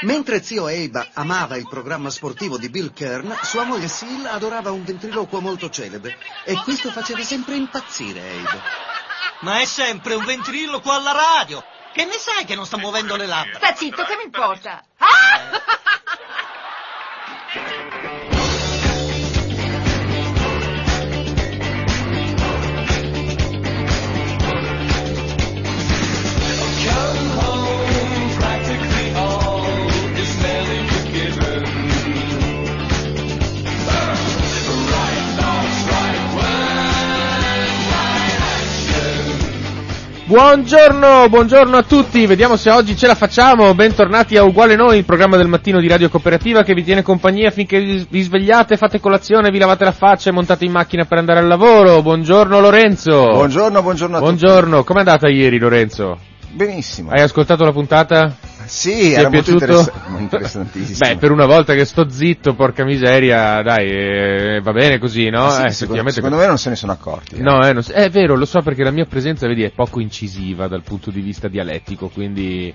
Mentre zio Abe amava il programma sportivo di Bill Kern, sua moglie Sil adorava un ventriloquo molto celebre e questo faceva sempre impazzire Abe. Ma è sempre un ventriloquo alla radio! Che ne sai che non sta muovendo le labbra? Sta zitto, che mi importa? Ah! Buongiorno a tutti, vediamo se oggi ce la facciamo. Bentornati a Uguale Noi, il programma del mattino di Radio Cooperativa che vi tiene compagnia finché vi svegliate, fate colazione, vi lavate la faccia e montate in macchina per andare al lavoro. Buongiorno Lorenzo. Buongiorno a tutti. Buongiorno, com'è andata ieri Lorenzo? Benissimo. Hai ascoltato la puntata? Sì, era molto interessantissimo. Beh, per una volta che sto zitto, porca miseria, dai, va bene così, no? Sì, secondo me non se ne sono accorti. No, è vero, lo so perché la mia presenza, vedi, è poco incisiva dal punto di vista dialettico, quindi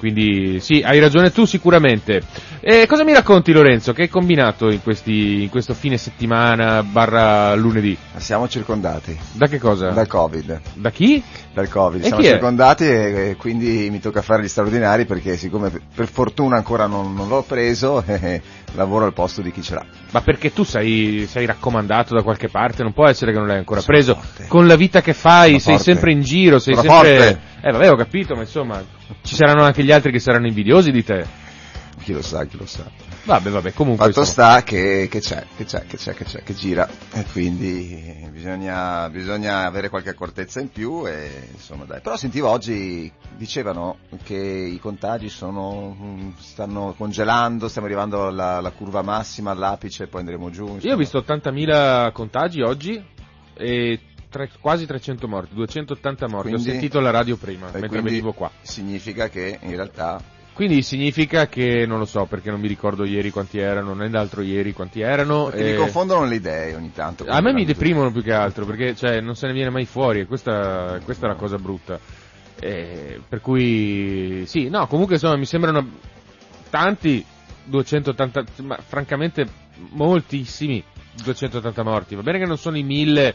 sì, hai ragione tu sicuramente. Cosa mi racconti Lorenzo? Che hai combinato in questo fine settimana / lunedì? Siamo circondati. Da che cosa? Dal Covid. Da chi? Dal Covid. E siamo chi circondati e quindi mi tocca fare gli straordinari perché siccome per fortuna ancora non l'ho preso, lavoro al posto di chi ce l'ha. Ma perché tu sei raccomandato da qualche parte? Non può essere che non l'hai ancora preso. Forte. Con la vita che fai, sei sempre in giro, sei sempre... Forte. Vabbè, ho capito, ma insomma, ci saranno anche gli altri che saranno invidiosi di te. Chi lo sa. Vabbè, comunque... Fatto sta che c'è, che gira, e quindi bisogna avere qualche accortezza in più e insomma dai. Però sentivo oggi, dicevano che i contagi stanno congelando, stiamo arrivando alla curva massima, all'apice, poi andremo giù. Insomma. Io ho visto 80.000 contagi oggi e quasi 300 morti, 280 morti, quindi, ho sentito la radio prima, mentre venivo qua. Significa che in realtà... Quindi significa che, non lo so, perché non mi ricordo ieri quanti erano, né l'altro ieri quanti erano. Perché mi confondono le idee ogni tanto. A me mi deprimono più che altro, perché cioè non se ne viene mai fuori, e questa è la cosa brutta. Per cui, sì, no, comunque insomma mi sembrano tanti, 280, ma francamente moltissimi, 280 morti. Va bene che non sono i 1000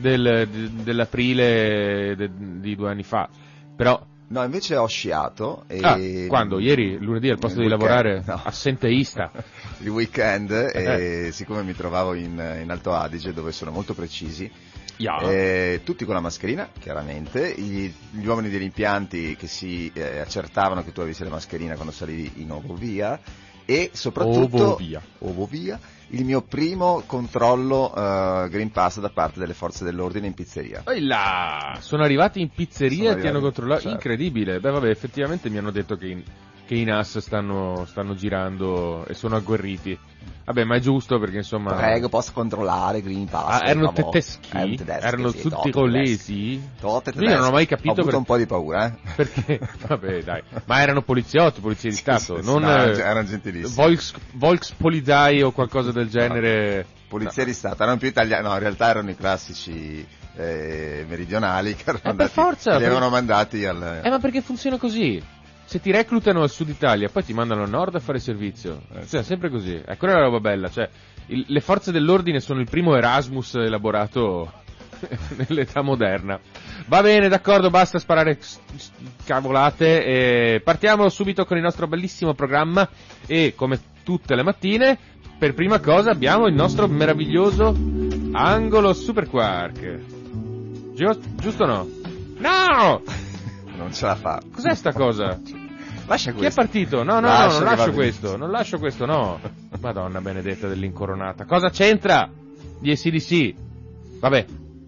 dell'aprile di 2 anni fa, però... No, invece ho sciato e... Quando? Ieri? Lunedì al posto di lavorare? No. Assenteista. Il weekend, e siccome mi trovavo in Alto Adige, dove sono molto precisi, tutti con la mascherina, chiaramente, gli uomini degli impianti che si accertavano che tu avessi la mascherina quando salivi in Ovovia, e soprattutto Ovovia, il mio primo controllo Green Pass da parte delle forze dell'ordine in pizzeria. Sono arrivati in pizzeria e ti hanno controllato? Certo. Incredibile. Beh vabbè, effettivamente mi hanno detto che i NAS stanno girando e sono agguerriti. Vabbè, ma è giusto perché insomma... Prego, posso controllare Green Pass. Erano tedeschi? Erano sì, tutti colesi? Io non ho mai capito. Ho avuto un po' di paura, Perché? Vabbè, dai. Ma erano poliziotti, polizie di Stato, non... erano gentilissimi. Volkspolizei o qualcosa del genere... Polizia di Stato, erano più italiani, no, in realtà erano i classici meridionali che li avevano mandati al... ma perché funziona così? Se ti reclutano al sud Italia, poi ti mandano al nord a fare servizio. Cioè, sempre così. Quella è la roba bella. Cioè, le forze dell'ordine sono il primo Erasmus elaborato nell'età moderna. Va bene, d'accordo, basta sparare cavolate. E partiamo subito con il nostro bellissimo programma. E, come tutte le mattine, per prima cosa abbiamo il nostro meraviglioso angolo Super Quark. Giusto o no? No! Non ce la fa. Cos'è sta cosa? Lascia questo. Chi è partito? No, non lascio questo. Non lascio questo, no. Madonna benedetta dell'incoronata. Cosa c'entra? Gli AC/DC. Vabbè.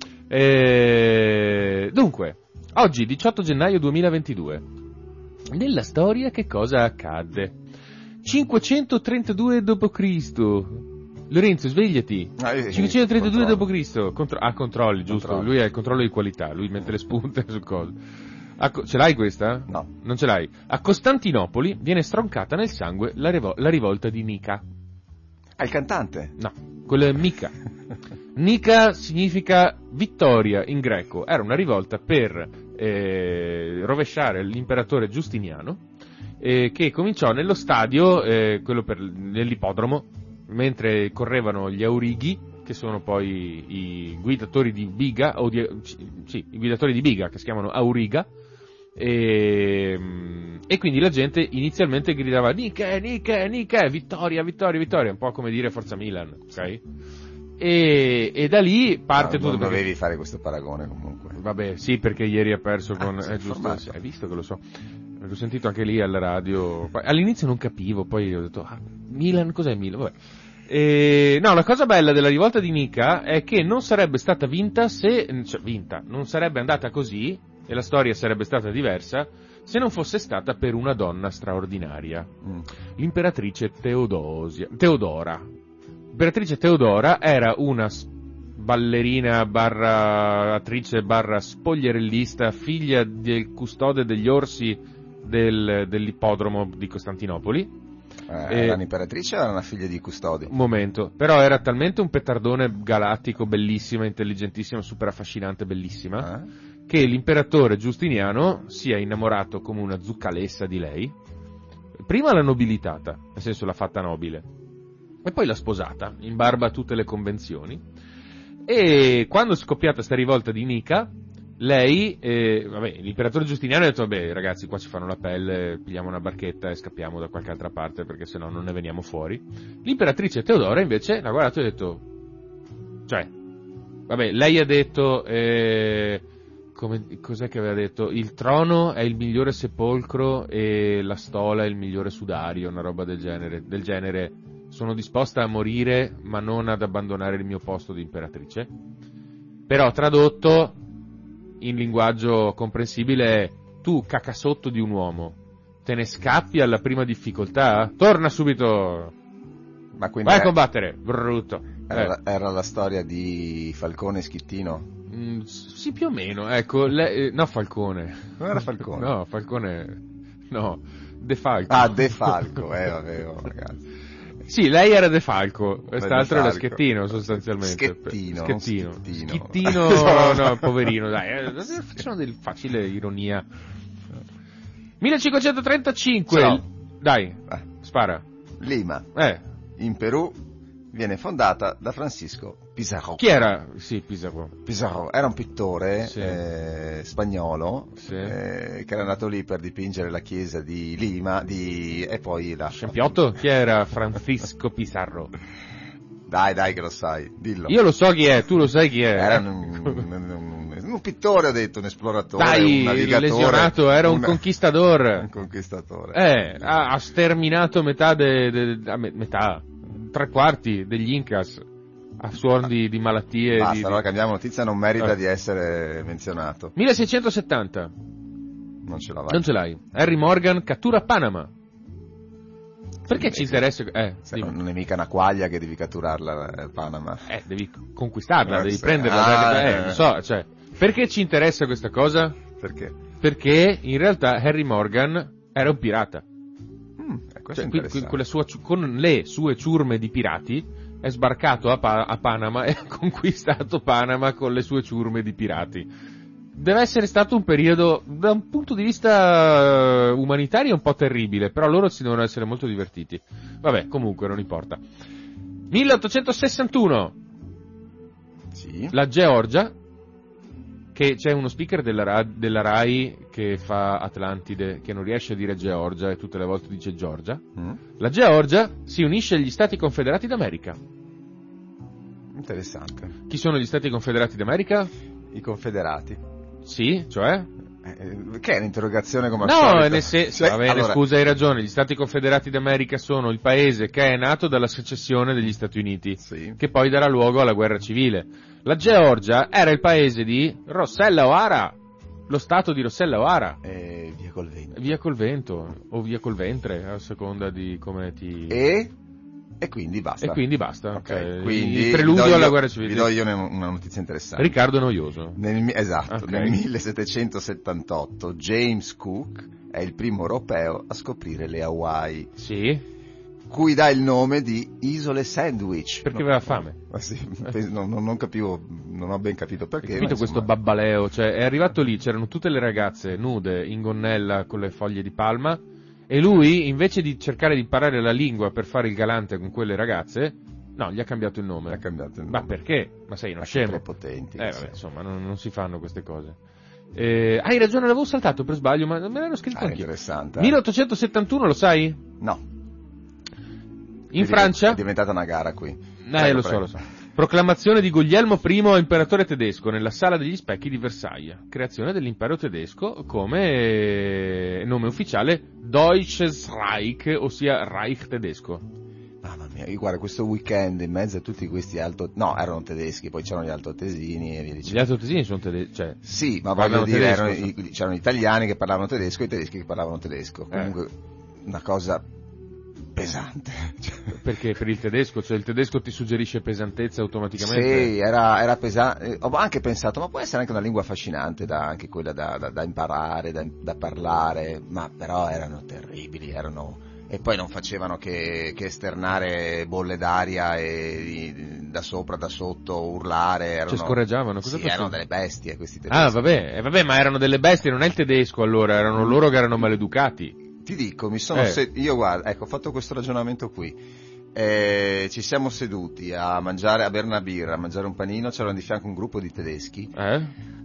Dunque, oggi 18 gennaio 2022. Nella storia che cosa accadde? 532 d.C. Lorenzo, svegliati. 532 d.C. Controlli, giusto? Lui ha il controllo di qualità. Lui mette le spunte sul coso. Ce l'hai questa? No. Non ce l'hai. A Costantinopoli viene stroncata nel sangue la rivolta di Nika. Il cantante? No, quello è Mika. Nika significa vittoria in greco. Era una rivolta per rovesciare l'imperatore Giustiniano che cominciò nello stadio, nell'ippodromo, mentre correvano gli aurighi, che sono poi i guidatori di biga, i guidatori di biga, che si chiamano auriga, e quindi la gente inizialmente gridava Nike, vittoria, un po' come dire Forza Milan, ok? E da lì parte tutto. Non dovevi fare questo paragone comunque. Vabbè, sì, perché ieri ha perso con... è giusto, hai visto che lo so. L'ho sentito anche lì alla radio. All'inizio non capivo, poi ho detto, Milan, cos'è Milan? Vabbè. No, la cosa bella della rivolta di Nika è che non sarebbe stata vinta non sarebbe andata così, e la storia sarebbe stata diversa, se non fosse stata per una donna straordinaria. L'imperatrice Teodora. L'imperatrice Teodora era una ballerina barra attrice barra spogliarellista, figlia del custode degli orsi dell'ippodromo di Costantinopoli. Era un'imperatrice o era una figlia di custodi? Un momento, però era talmente un pettardone galattico, bellissima, intelligentissima, super affascinante, bellissima, che l'imperatore Giustiniano si è innamorato come una zuccalessa di lei. Prima l'ha nobilitata, nel senso l'ha fatta nobile, e poi l'ha sposata, in barba a tutte le convenzioni. E quando è scoppiata sta rivolta di Nika, lei, l'imperatore Giustiniano ha detto, vabbè ragazzi, qua ci fanno la pelle, pigliamo una barchetta e scappiamo da qualche altra parte, perché sennò non ne veniamo fuori. L'imperatrice Teodora invece l'ha guardato e ha detto, lei ha detto, cos'è che aveva detto? Il trono è il migliore sepolcro e la stola è il migliore sudario, una roba del genere. Sono disposta a morire, ma non ad abbandonare il mio posto di imperatrice. Però tradotto in linguaggio comprensibile è: tu, cacasotto di un uomo, te ne scappi alla prima difficoltà? Torna subito! Ma quindi vai a combattere, brutto! Era la storia di Falcone e Schittino? Sì, più o meno, ecco, no, Falcone. Non era Falcone? No, Falcone, no, De Falco. De Falco, vabbè, ragazzi. Sì, lei era De Falco, quest'altro era Schettino sostanzialmente. Schettino. No, poverino, dai, facciamo del facile ironia. 1535, no. Dai, spara. Lima, in Perù, viene fondata da Francisco Pizarro. Chi era? Sì, Pizarro. Pizarro era un pittore spagnolo che era andato lì per dipingere la chiesa di Lima e poi la... Scempiotto? Chi era Francisco Pizarro? Dai che lo sai, dillo. Io lo so chi è, tu lo sai chi è. Era un pittore, ho detto, un esploratore, un navigatore. Lesionato, era un conquistador. Un conquistatore. Ha sterminato metà, tre quarti degli Incas a suon di malattie. Basta, allora cambiamo notizia, non merita di essere menzionato. 1670. Non ce l'hai. Harry Morgan cattura Panama. Perché ci interessa? Non è mica una quaglia che devi catturarla, Panama. Devi conquistarla, devi prenderla. Lo so, cioè. Perché ci interessa questa cosa? Perché? Perché in realtà Harry Morgan era un pirata. Con le sue ciurme di pirati è sbarcato a Panama e ha conquistato Panama con le sue ciurme di pirati. Deve essere stato un periodo, da un punto di vista umanitario, un po' terribile, però loro si devono essere molto divertiti. Vabbè, comunque, non importa. 1861. Sì. La Georgia, che c'è uno speaker della Rai che fa Atlantide, che non riesce a dire Georgia e tutte le volte dice Georgia. La Georgia si unisce agli Stati Confederati d'America. Interessante. Chi sono gli Stati Confederati d'America? I Confederati. Sì, cioè? Che è un'interrogazione come al solito? Va bene, scusa, hai ragione. Gli Stati Confederati d'America sono il paese che è nato dalla secessione degli Stati Uniti, che poi darà luogo alla guerra civile. La Georgia era il paese di Rossella O'Hara, lo stato di Rossella O'Hara. Via col vento. Via col vento, o via col ventre, a seconda di come ti... E quindi basta. Okay. Quindi il preludio alla guerra civile. Vi do io una notizia interessante. Riccardo Noioso. Nel 1778 James Cook è il primo europeo a scoprire le Hawaii. Sì. Cui dà il nome di Isole Sandwich. Perché aveva fame. Non capivo, non ho ben capito perché. Hai capito questo babbaleo? Cioè, è arrivato lì, c'erano tutte le ragazze nude in gonnella con le foglie di palma, E lui, invece di cercare di imparare la lingua per fare il galante con quelle ragazze, no, gli ha cambiato il nome. Ma perché? Ma sei uno scemo. Prepotenti. Vabbè, insomma, non si fanno queste cose. Hai ragione, l'avevo saltato per sbaglio, ma me l'ero scritto anch'io. Interessante. 1871, lo sai? No. In Francia? È diventata una gara qui. Lo so. Proclamazione di Guglielmo I imperatore tedesco nella Sala degli Specchi di Versailles. Creazione dell'impero tedesco come nome ufficiale Deutsches Reich, ossia Reich tedesco. Mamma mia, guarda, questo weekend in mezzo a tutti questi erano tedeschi, poi c'erano gli altoatesini e via dicendo. Gli altoatesini sono tedeschi, cioè... Sì, ma voglio dire, c'erano italiani che parlavano tedesco e i tedeschi che parlavano tedesco. Comunque, una cosa pesante. Perché per il tedesco? Cioè il tedesco ti suggerisce pesantezza automaticamente? Sì, era pesante. Ho anche pensato, ma può essere anche una lingua affascinante, anche quella da imparare, da parlare, ma però erano terribili, e poi non facevano che esternare bolle d'aria e da sopra, da sotto, urlare. Cioè scorreggiavano? Cosa erano delle bestie questi tedeschi. Ah, vabbè, ma erano delle bestie, non è il tedesco allora, erano loro che erano maleducati. Ti dico, io guarda, ecco, ho fatto questo ragionamento qui, ci siamo seduti a bere una birra, a mangiare un panino, c'erano di fianco un gruppo di tedeschi. Ma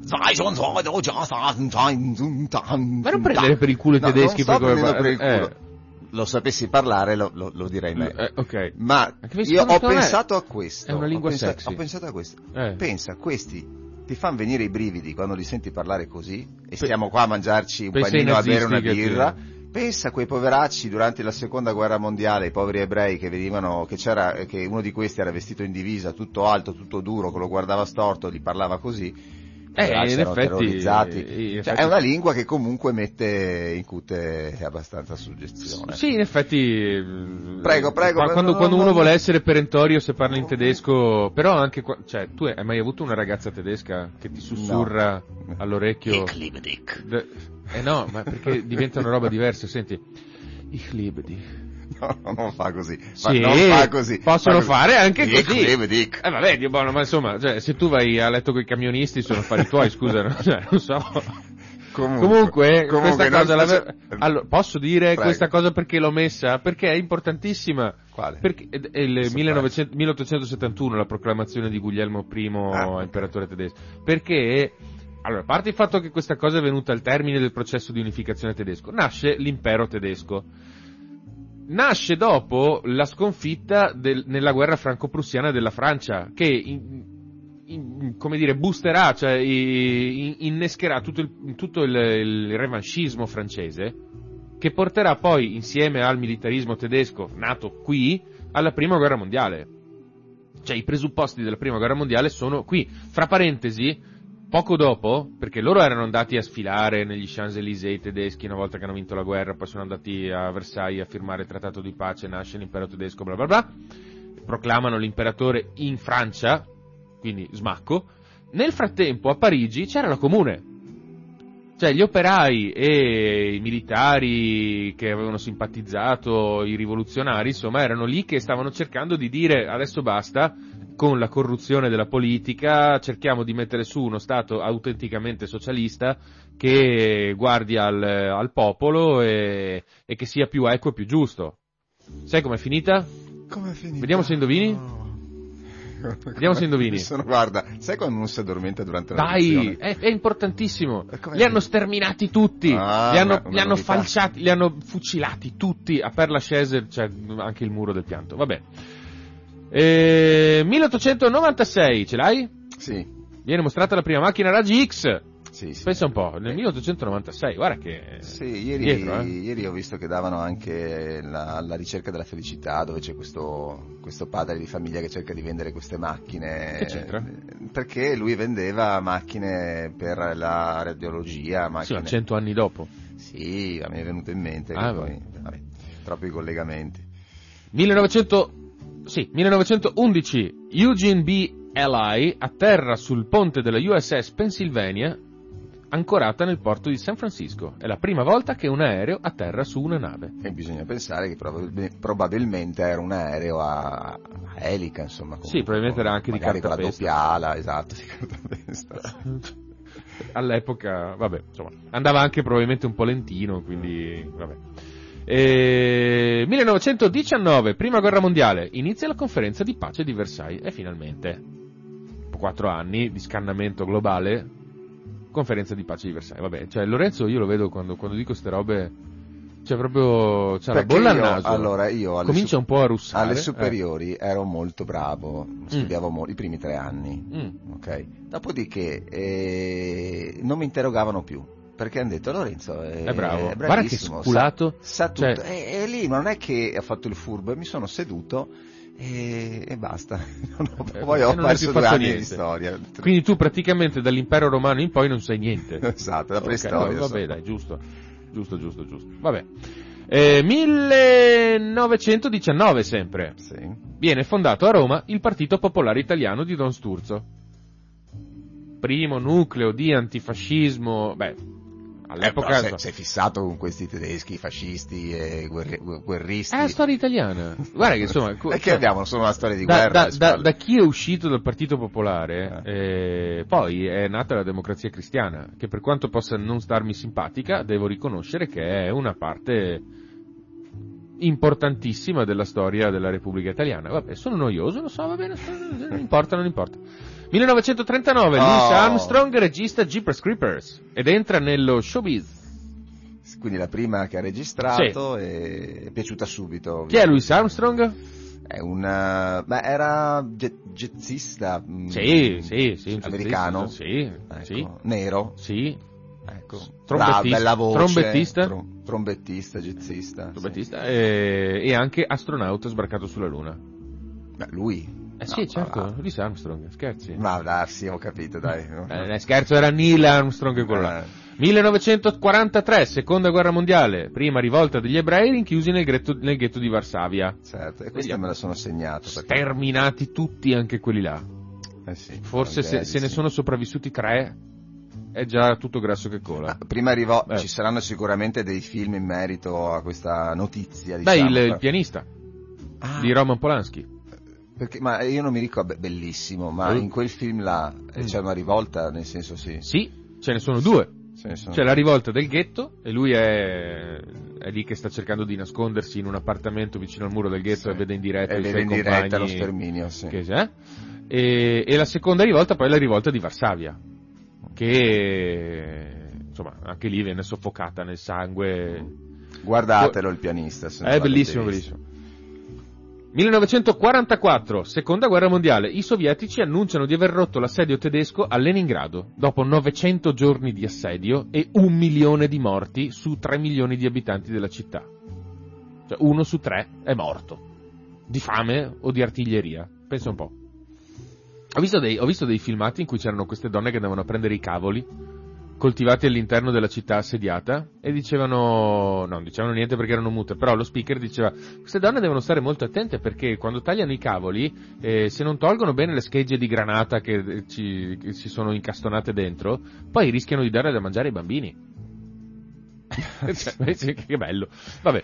non prendere per il culo i tedeschi? Non sto prendendo per il culo. Lo sapessi parlare lo direi meglio. Ok. Ma io ho pensato a questo. È una lingua sexy. Ho pensato a questo. Pensa, questi ti fanno venire i brividi quando li senti parlare così e stiamo qua a mangiarci un panino, a bere una birra. Pensa a quei poveracci durante la seconda guerra mondiale, i poveri ebrei che uno di questi era vestito in divisa, tutto alto, tutto duro, che lo guardava storto, gli parlava così. Erano terrorizzati. È una lingua che comunque incute abbastanza suggestione. Sì, in effetti. Prego. Quando uno vuole essere perentorio, se parla in tedesco, però anche tu hai mai avuto una ragazza tedesca che ti sussurra all'orecchio? Ich liebe dich. No, ma perché diventano roba diverse, senti. Ich liebe dich. No, non fa così. Sì, non fa così. Possono fare anche così. Ich liebe dich. Vabbè, Dio buono, ma insomma, se tu vai a letto con i camionisti sono affari tuoi, scusa, no? Non so. Comunque questa cosa allora, posso dire questa cosa perché l'ho messa? Perché è importantissima. Quale? Perché è il 1871 la proclamazione di Guglielmo I imperatore tedesco. Perché allora, a parte il fatto che questa cosa è venuta al termine del processo di unificazione tedesco, nasce l'impero tedesco. Nasce dopo la sconfitta nella guerra franco-prussiana della Francia, che come dire, boosterà, cioè innescherà tutto il revanchismo francese, che porterà poi, insieme al militarismo tedesco nato qui, alla prima guerra mondiale. Cioè i presupposti della prima guerra mondiale sono qui. Fra parentesi, poco dopo, perché loro erano andati a sfilare negli Champs-Élysées tedeschi una volta che hanno vinto la guerra, poi sono andati a Versailles a firmare il trattato di pace, nasce l'impero tedesco, bla bla bla, proclamano l'imperatore in Francia, quindi smacco. Nel frattempo a Parigi c'era la Comune, cioè gli operai e i militari che avevano simpatizzato, i rivoluzionari, insomma erano lì che stavano cercando di dire adesso basta con la corruzione della politica, cerchiamo di mettere su uno Stato autenticamente socialista che guardi al popolo e che sia più equo e più giusto. Sai com'è finita? Com'è finita? Vediamo se indovini. Vediamo se indovini. Guarda, sai quando uno si addormenta durante la lezione? Dai, è importantissimo. Li hanno sterminati tutti, li hanno falciati, li hanno fucilati tutti a Père Lachaise, cioè anche il muro del pianto. Vabbè. 1896, ce l'hai? Sì. Viene mostrata la prima macchina raggi X. Sì. Pensa un po', nel 1896, guarda che... Sì, ieri ho visto che davano anche la ricerca della felicità, dove c'è questo padre di famiglia che cerca di vendere queste macchine. Che c'entra? Perché lui vendeva macchine per la radiologia. Sì, 100 anni dopo. Sì, mi è venuto in mente. Poi, troppi collegamenti. 1911, Eugene B. Ely atterra sul ponte della USS Pennsylvania, ancorata nel porto di San Francisco. È la prima volta che un aereo atterra su una nave. E bisogna pensare che probabilmente era un aereo a elica, insomma. Sì, probabilmente era anche di cartapesta. Magari con la doppia ala, esatto, di cartapesta. All'epoca, vabbè, insomma, andava anche probabilmente un po' lentino, quindi, vabbè. 1919, prima guerra mondiale, inizia la conferenza di pace di Versailles e finalmente, dopo 4 anni di scannamento globale, conferenza di pace di Versailles. Vabbè, cioè Lorenzo io lo vedo quando dico ste robe, cioè proprio c'ha la bolla al naso. Allora io comincia un po' a russare. Alle superiori ero molto bravo, studiavo i primi 3 anni, ok? Dopodiché non mi interrogavano più. Perché hanno detto Lorenzo è bravo, è guarda che sculato, sa tutto, cioè... e lì non è che ha fatto il furbo, mi sono seduto e basta. Poi ho perso 2 anni di storia. Quindi tu praticamente dall'impero romano in poi non sai niente. Esatto, la preistoria. Okay, vabbè, dai, giusto. Vabbè. 1919 sempre. Sì. Viene fondato a Roma il Partito Popolare Italiano di Don Sturzo. Primo nucleo di antifascismo, all'epoca sei fissato con questi tedeschi fascisti e guerristi. È la storia italiana. Guarda che insomma perché abbiamo solo una storia di guerra da chi è uscito dal Partito Popolare poi è nata la Democrazia Cristiana, che per quanto possa non starmi simpatica devo riconoscere che è una parte importantissima della storia della Repubblica Italiana. Vabbè, sono noioso, lo so, va bene, non importa. 1939, Louis Armstrong regista Jeepers Creepers ed entra nello showbiz. Quindi la prima che ha registrato, sì. È piaciuta subito. Chi è Louis Armstrong? È era jazzista. Sì, americano. Sì, ecco, sì. Nero. Sì. Ecco. Bella voce. Trombettista. Trombettista, jazzista. Trombettista, sì. E anche astronauta sbarcato sulla Luna. Lui? Sì, certo, Louis Armstrong, scherzi. Ma sì, ho capito, dai. Scherzo, era Neil Armstrong quello là. 1943, seconda guerra mondiale, prima rivolta degli ebrei rinchiusi nel ghetto di Varsavia. Certo, e questa me la sono segnato. Sterminati tutti, anche quelli là. Sì, forse se ne sono sopravvissuti 3, è già tutto grasso che cola. Prima ci saranno sicuramente dei film in merito a questa notizia. Il pianista di Roman Polanski. Ma io non mi ricordo, bellissimo, ma in quel film là c'è una rivolta, nel senso sì. Sì, ce ne sono 2. C'è la rivolta del ghetto e lui è lì che sta cercando di nascondersi in un appartamento vicino al muro del ghetto, sì. E vede in diretta i suoi compagni lo sterminio, sì. E la seconda rivolta poi è la rivolta di Varsavia, che insomma anche lì viene soffocata nel sangue. Guardatelo il pianista. È bellissimo. 1944, seconda guerra mondiale, i sovietici annunciano di aver rotto l'assedio tedesco a Leningrado, dopo 900 giorni di assedio e 1 milione di morti su 3 milioni di abitanti della città. Cioè 1 su 3 è morto, di fame o di artiglieria, pensa un po'. Ho visto dei filmati in cui c'erano queste donne che andavano a prendere i cavoli coltivati all'interno della città assediata e non dicevano niente perché erano mute, però lo speaker diceva: queste donne devono stare molto attente perché quando tagliano i cavoli, se non tolgono bene le schegge di granata che ci sono incastonate dentro, poi rischiano di dare da mangiare ai bambini. Che bello. Vabbè.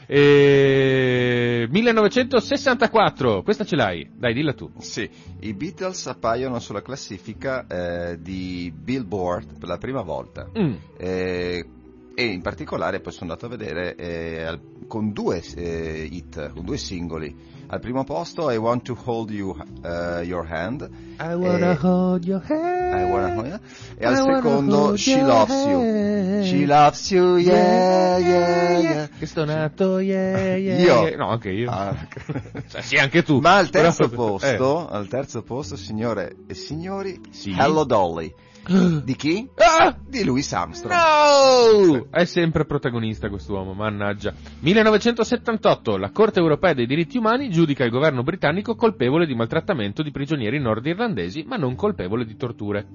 1964, questa ce l'hai, dai, dilla tu. Sì, i Beatles appaiono sulla classifica di Billboard per la prima volta e in particolare poi sono andato a vedere con 2 hit, con 2 singoli. Al primo posto I Want to Hold You Your Hand, I wanna hold your hand, e al secondo She Loves You, yeah. Che stonato, yeah. Io? No, anche io. Sì, anche tu. Ma al terzo posto, signore e signori, sì? Hello Dolly. Di chi? Di Louis Armstrong. No! È sempre protagonista quest'uomo, mannaggia. 1978, la Corte Europea dei Diritti Umani giudica il governo britannico colpevole di maltrattamento di prigionieri nordirlandesi, ma non colpevole di torture.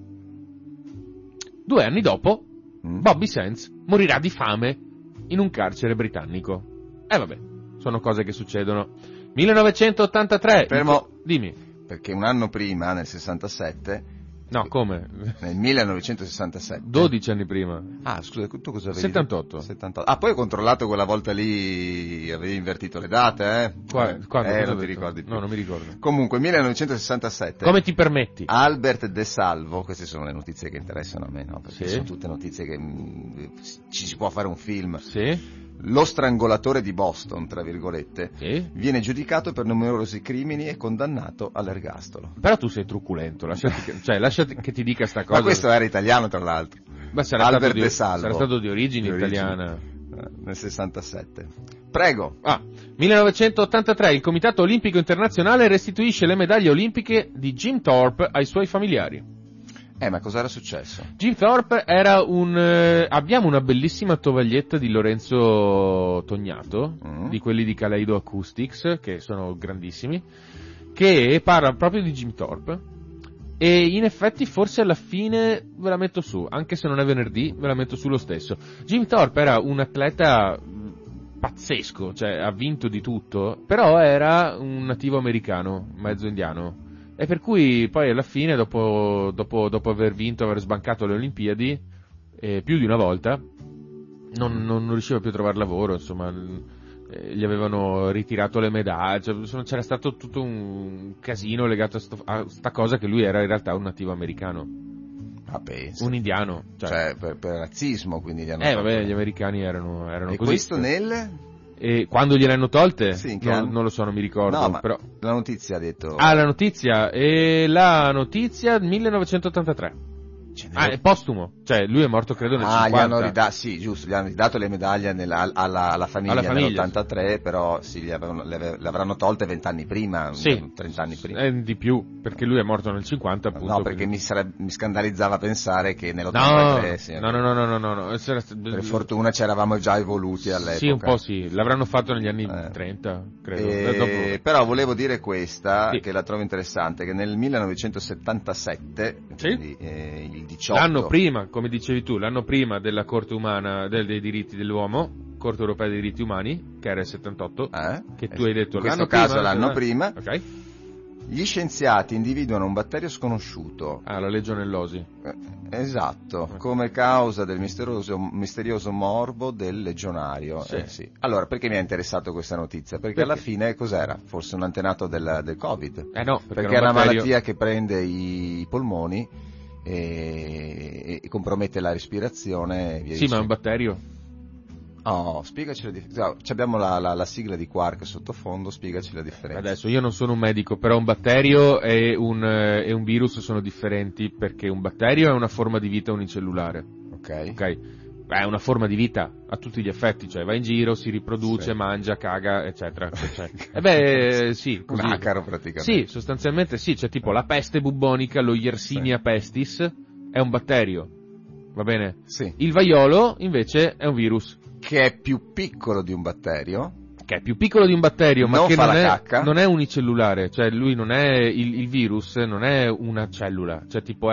2 anni dopo, Bobby Sands morirà di fame in un carcere britannico. Vabbè, sono cose che succedono. 1983. Fermo. Dimmi. Perché un anno prima, nel 67... No, come? Nel 1967. 12 anni prima. Scusa, tu cosa avevi? 78. Poi ho controllato quella volta lì, avevi invertito le date, Quando? Non ti ricordi più. No, non mi ricordo. Comunque, 1967. Come ti permetti? Albert De Salvo, queste sono le notizie che interessano a me, no? Perché sono tutte notizie che ci si può fare un film. Sì. lo strangolatore di Boston, tra virgolette, viene giudicato per numerosi crimini e condannato all'ergastolo. Però tu sei truculento, lasciati che ti dica sta cosa. Ma questo era italiano, tra l'altro. Ma Albert De Salvo. Sarà stato di origine italiana. Nel 67. Prego. 1983, il Comitato Olimpico Internazionale restituisce le medaglie olimpiche di Jim Thorpe ai suoi familiari. Ma cosa era successo? Jim Thorpe era abbiamo una bellissima tovaglietta di Lorenzo Tognato, di quelli di Kaleido Acoustics, che sono grandissimi, che parla proprio di Jim Thorpe, e in effetti forse alla fine ve la metto su, anche se non è venerdì, ve la metto su lo stesso. Jim Thorpe era un atleta pazzesco, cioè ha vinto di tutto, però era un nativo americano, mezzo indiano. E per cui poi alla fine, dopo aver vinto, aver sbancato le Olimpiadi, più di una volta, non riusciva più a trovare lavoro, insomma, gli avevano ritirato le medaglie, c'era stato tutto un casino legato a sta cosa, che lui era in realtà un nativo americano. Penso. Un indiano. Cioè per razzismo, quindi gli hanno gli americani erano e così. Questo nel... E quando gliele hanno tolte? Sì, non lo so, non mi ricordo. No, ma però... la notizia ha detto... la notizia. La notizia 1983. È postumo. Cioè, lui è morto credo nel 50. Gli hanno gli hanno ridato le medaglie alla famiglia nell'83, però sì, le avranno tolte 20 anni prima, 30 anni prima. Di più, perché lui è morto nel 50, appunto. No, perché mi scandalizzava pensare che nell'83... No. Per fortuna ci eravamo già evoluti all'epoca. Sì, un po' sì. L'avranno fatto negli anni 30, credo. Però volevo dire questa, che la trovo interessante, che nel 1977, quindi, il 18... L'anno prima, come dicevi tu, l'anno prima della Corte umana dei diritti dell'uomo, Corte europea dei diritti umani, che era il 78, che tu hai detto l'anno prima. Ok. Gli scienziati individuano un batterio sconosciuto. La legionellosi. Esatto, come causa del misterioso morbo del legionario. Sì. Allora, perché mi è interessato questa notizia? Perché alla fine cos'era? Forse un antenato del Covid. No, perché è una malattia che prende i polmoni e compromette la respirazione. Ma è un batterio. Spiegacela. Abbiamo la sigla di Quark sottofondo, spiegaci la differenza. Adesso io non sono un medico, però un batterio e un virus sono differenti, perché un batterio è una forma di vita unicellulare. Ok. È una forma di vita a tutti gli effetti, cioè va in giro, si riproduce, mangia, caga, eccetera. Sì, così. Un acaro praticamente. Sì, sostanzialmente sì, c'è tipo la peste bubbonica, lo Yersinia pestis, è un batterio, va bene? Sì. Il vaiolo invece è un virus. Che è più piccolo di un batterio. Ma che non è unicellulare, cioè lui non è, il virus non è una cellula, cioè tipo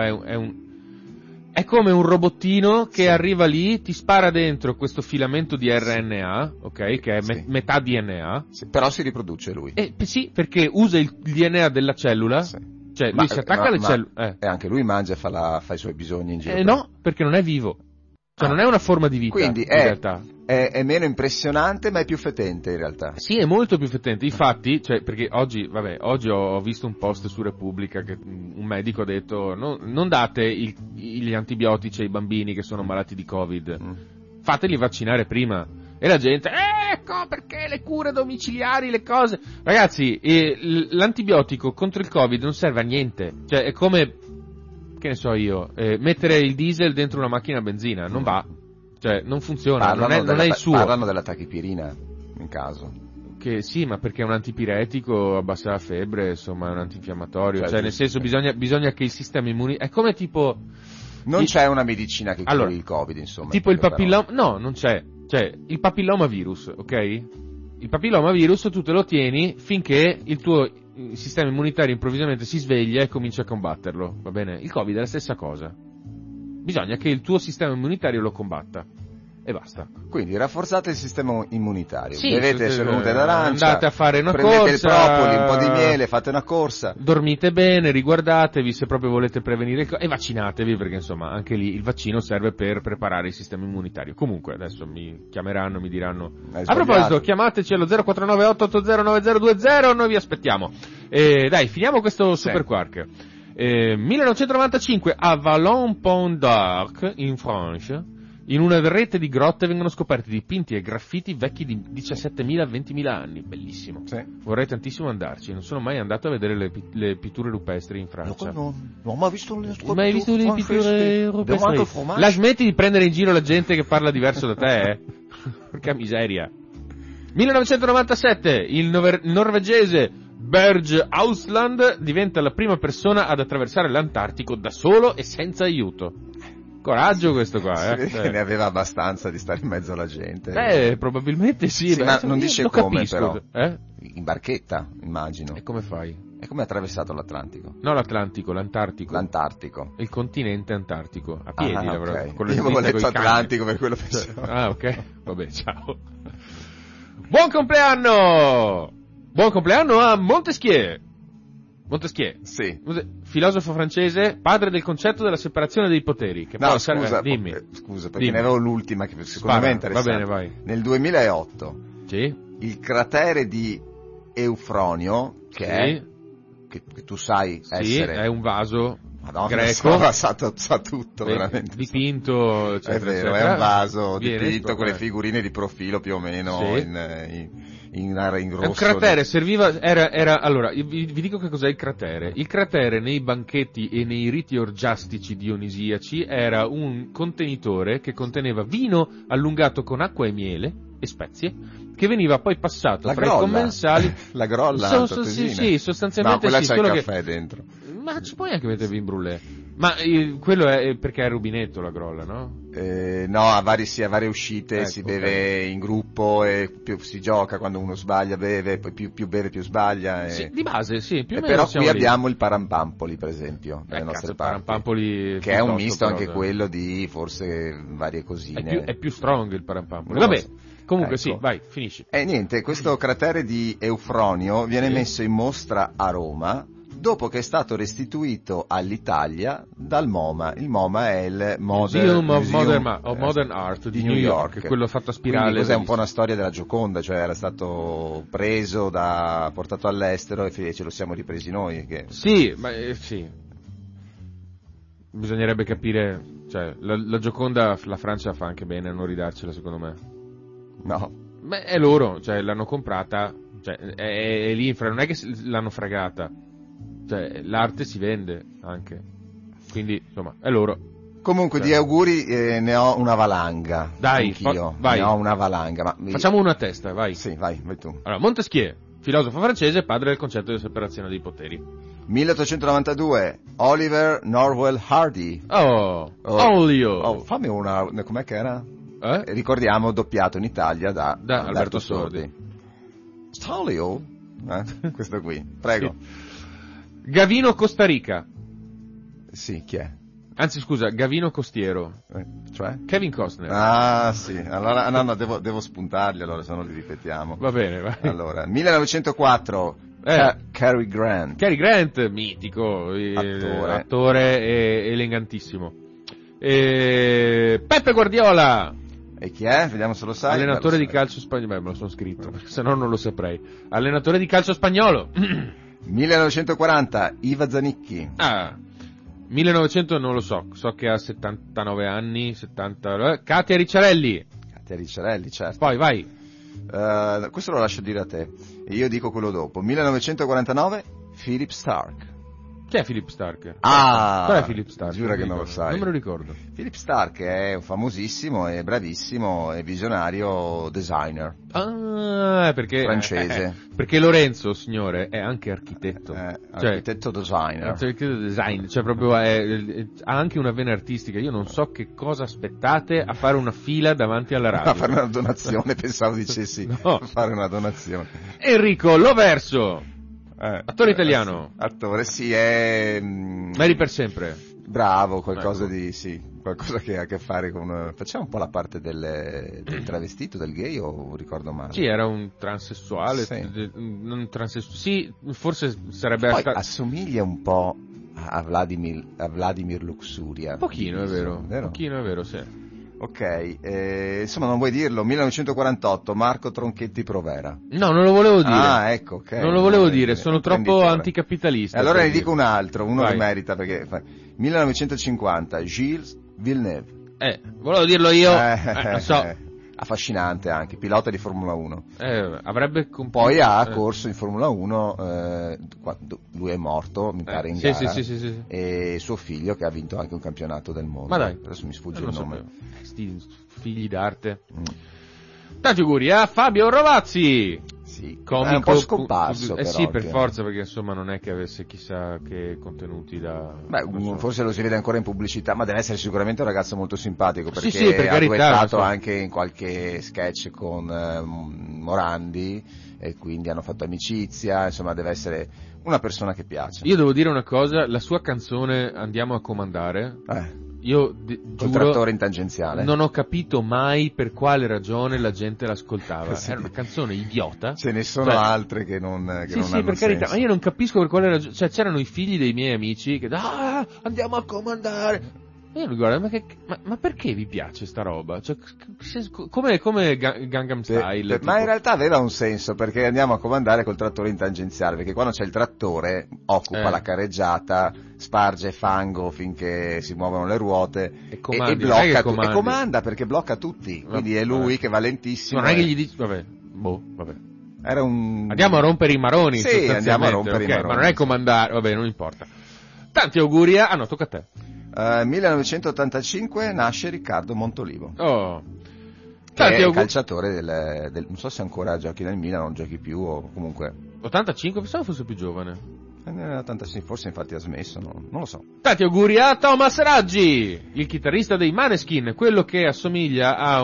è come un robottino che arriva lì, ti spara dentro questo filamento di RNA, ok, che è metà DNA. Sì, però si riproduce lui. Sì, perché usa il DNA della cellula, cioè lui si attacca alle cellule. E anche lui mangia e fa i suoi bisogni in giro. No, perché non è vivo. Cioè non è una forma di vita, quindi in realtà. È meno impressionante, ma è più fetente in realtà. Sì, è molto più fetente. Infatti, perché oggi ho visto un post su Repubblica che un medico ha detto non date gli antibiotici ai bambini che sono malati di Covid. Fateli vaccinare prima. E la gente, ecco perché le cure domiciliari, le cose. Ragazzi, l'antibiotico contro il Covid non serve a niente. Cioè è come, che ne so io, mettere il diesel dentro una macchina a benzina, non va, cioè non funziona, non è il suo. Parlano della tachipirina, in caso. Che sì, ma perché è un antipiretico, abbassa la febbre, insomma è un antinfiammatorio, cioè nel senso bisogna che il sistema immunitario, è come tipo... Non c'è una medicina che curi il Covid, insomma. Tipo il papilloma, no, non c'è, cioè il papillomavirus, ok? Il papillomavirus tu te lo tieni finché il tuo sistema immunitario improvvisamente si sveglia e comincia a combatterlo, va bene? Il Covid è la stessa cosa. Bisogna che il tuo sistema immunitario lo combatta. E basta. Quindi rafforzate il sistema immunitario. Sì, bevete salute d'arancia, andate a fare una prendete corsa, il propoli, un po' di miele, fate una corsa. Dormite bene, riguardatevi se proprio volete prevenire e vaccinatevi, perché insomma anche lì il vaccino serve per preparare il sistema immunitario. Comunque adesso mi chiameranno, mi diranno. A proposito, chiamateci allo 049 880 9020, noi vi aspettiamo. Dai, finiamo questo Super Quark. 1995 a Vallon-Pont d'Arc in Francia In una rete di grotte vengono scoperti dipinti e graffiti vecchi di 17.000-20.000 anni. Bellissimo. Sì. Vorrei tantissimo andarci. Non sono mai andato a vedere le pitture rupestri in Francia. Non ho mai visto le pitture rupestri. La smetti di prendere in giro la gente che parla diverso da te, Porca miseria. 1997, il norvegese Berge Ausland diventa la prima persona ad attraversare l'Antartico da solo e senza aiuto. Coraggio questo qua, Ne aveva abbastanza di stare in mezzo alla gente. Probabilmente sì. Ma non dice come, capisco. però. In barchetta, immagino. E come fai? E come ha attraversato l'Atlantico? No, l'Atlantico, l'Antartico. L'Antartico. Il continente antartico. A piedi, okay. Con io avevo letto Atlantico, per quello pensavo. Ok. Vabbè, ciao. Buon compleanno! Buon compleanno a Montesquieu. Montesquieu, sì. Filosofo francese, padre del concetto della separazione dei poteri. Che scusa, dimmi. Scusa, perché ne avevo l'ultima che secondo me è interessante. Va bene, vai. Nel 2008, sì? Il cratere di Eufronio, che tu sai essere... è un vaso Madonna, greco. Sa tutto, veramente. Dipinto, è vero, è un vaso dipinto con le figurine di profilo più o meno in grosso. È un cratere, serviva, era, allora, vi dico che cos'è il cratere. Il cratere nei banchetti e nei riti orgiastici dionisiaci era un contenitore che conteneva vino allungato con acqua e miele e spezie, che veniva poi passato fra i commensali. La grolla, sì, sostanzialmente quella sì. C'è il caffè dentro. Ma ci puoi anche mettere vin brûlé. Ma quello è perché è rubinetto la grolla, no? No, a varie uscite, ecco, si beve in gruppo e più si gioca, quando uno sbaglia beve, poi più beve più sbaglia. Sì, di base, sì, più o meno. Però qui abbiamo il parampampoli, per esempio, dalle nostre parti. Parampampoli che è un misto anche quello di forse varie cosine. È più strong il parampampoli. Vabbè. Comunque ecco. Sì, vai, finisci. Niente, questo cratere di Eufronio viene messo in mostra a Roma dopo che è stato restituito all'Italia dal MoMA. Il MoMA è il Museum of Modern Art di New York, quello fatto a spirale. Quindi cos'è un po' una storia della Gioconda, cioè era stato preso, portato all'estero e ce lo siamo ripresi noi. Sì, ma sì. Bisognerebbe capire, cioè, la Gioconda la Francia fa anche bene a non ridarcela, secondo me. No. Beh, è loro, cioè l'hanno comprata, cioè è lì, non è che l'hanno fregata, cioè l'arte si vende anche, quindi insomma è loro. Comunque di auguri ne ho una valanga. Dai, anch'io vai. Ne ho una valanga. Facciamo una a testa, vai. Sì, vai tu. Allora, Montesquieu, filosofo francese, padre del concetto di separazione dei poteri. 1892, Oliver Norwell Hardy. Olio. Fammi una, com'è che era? Ricordiamo, doppiato in Italia da Alberto Sordi. Stolio? Questo qui, prego. Sì. Gavino Costa Rica. Sì, chi è? Anzi, scusa, Gavino Costiero. Cioè? Kevin Costner. Ah, sì. Allora, no, devo spuntarli, allora, se no li ripetiamo. Va bene, vai. Allora, 1904, Cary Grant. Cary Grant, mitico, attore elegantissimo. Peppe Guardiola. E chi è? Vediamo se lo sai. Allenatore di calcio spagnolo. Beh, me lo sono scritto, se no non lo saprei. Allenatore di calcio spagnolo. 1940, Iva Zanicchi. 1900 non lo so che ha 79 anni, 70... Katia Ricciarelli. Katia Ricciarelli, certo. Poi vai. Questo lo lascio dire a te. Io dico quello dopo. 1949, Philip Stark. Chi è Philip Stark? Qual è Philip Stark? Giura che non lo sai. Non me lo ricordo. Philip Stark è un famosissimo e bravissimo e visionario designer. Perché francese. Perché Lorenzo, signore, è anche architetto. Architetto designer. Cioè proprio ha anche una vena artistica. Io non so che cosa aspettate a fare una fila davanti alla radio. A fare una donazione, pensavo dicessi. No. A fare una donazione. Enrico Loverso. Attore italiano. Attore, sì, è... Mary per sempre. Bravo, qualcosa che ha a che fare con... Facciamo un po' la parte del travestito, del gay, o ricordo male? Sì, era un transessuale. Sì, forse sarebbe... Poi assomiglia un po' a Vladimir Luxuria. Un pochino, è vero. Un pochino, è vero, sì. Ok, insomma non vuoi dirlo, 1948, Marco Tronchetti Provera. No, non lo volevo dire. Ecco, ok. Non lo volevo dire, sono troppo anticapitalista. Allora ne dico un altro, uno che merita, perché... 1950, Gilles Villeneuve. volevo dirlo io, non so. Affascinante anche, pilota di Formula 1. Avrebbe poi ha corso in Formula 1 quando lui è morto, mi pare, in gara. Sì. E suo figlio che ha vinto anche un campionato del mondo. Ma dai, adesso mi sfugge il nome. Sti figli d'arte. Tanti auguri a Fabio Rovazzi. Sì, comico, è un po' scomparso. Però, sì, per forza, perché insomma non è che avesse chissà che contenuti da... forse lo si vede ancora in pubblicità, ma deve essere sicuramente un ragazzo molto simpatico, perché sì, per ha duettato so. anche in qualche sketch con Morandi, e quindi hanno fatto amicizia, insomma deve essere una persona che piace. Io devo dire una cosa, la sua canzone Andiamo a comandare... Io col trattore in tangenziale. Non ho capito mai per quale ragione la gente l'ascoltava. Era una canzone idiota. Ce ne sono altre che non hanno per carità, ma io non capisco per quale ragione. Cioè, c'erano i figli dei miei amici che andiamo a comandare. E io mi guardo, ma perché vi piace sta roba? Cioè, come Gangnam Style? Tipo. Ma in realtà aveva un senso, perché andiamo a comandare col trattore in tangenziale, perché quando c'è il trattore occupa la carreggiata, sparge fango finché si muovono le ruote e blocca e comanda, perché blocca tutti, quindi è lui che va lentissimo. Non è che gli dici, vabbè. Era andiamo a rompere i maroni. Sì, andiamo a rompere i maroni. Ma non è comandare, vabbè, non importa. Tanti auguri no, tocca a te. 1985 nasce Riccardo Montolivo. Che è calciatore del non so se ancora giochi nel Milan, non giochi più o comunque. 85, pensavo fosse più giovane. 85, forse infatti ha smesso, non lo so. Tanti auguri a Thomas Raggi, il chitarrista dei Maneskin, quello che assomiglia a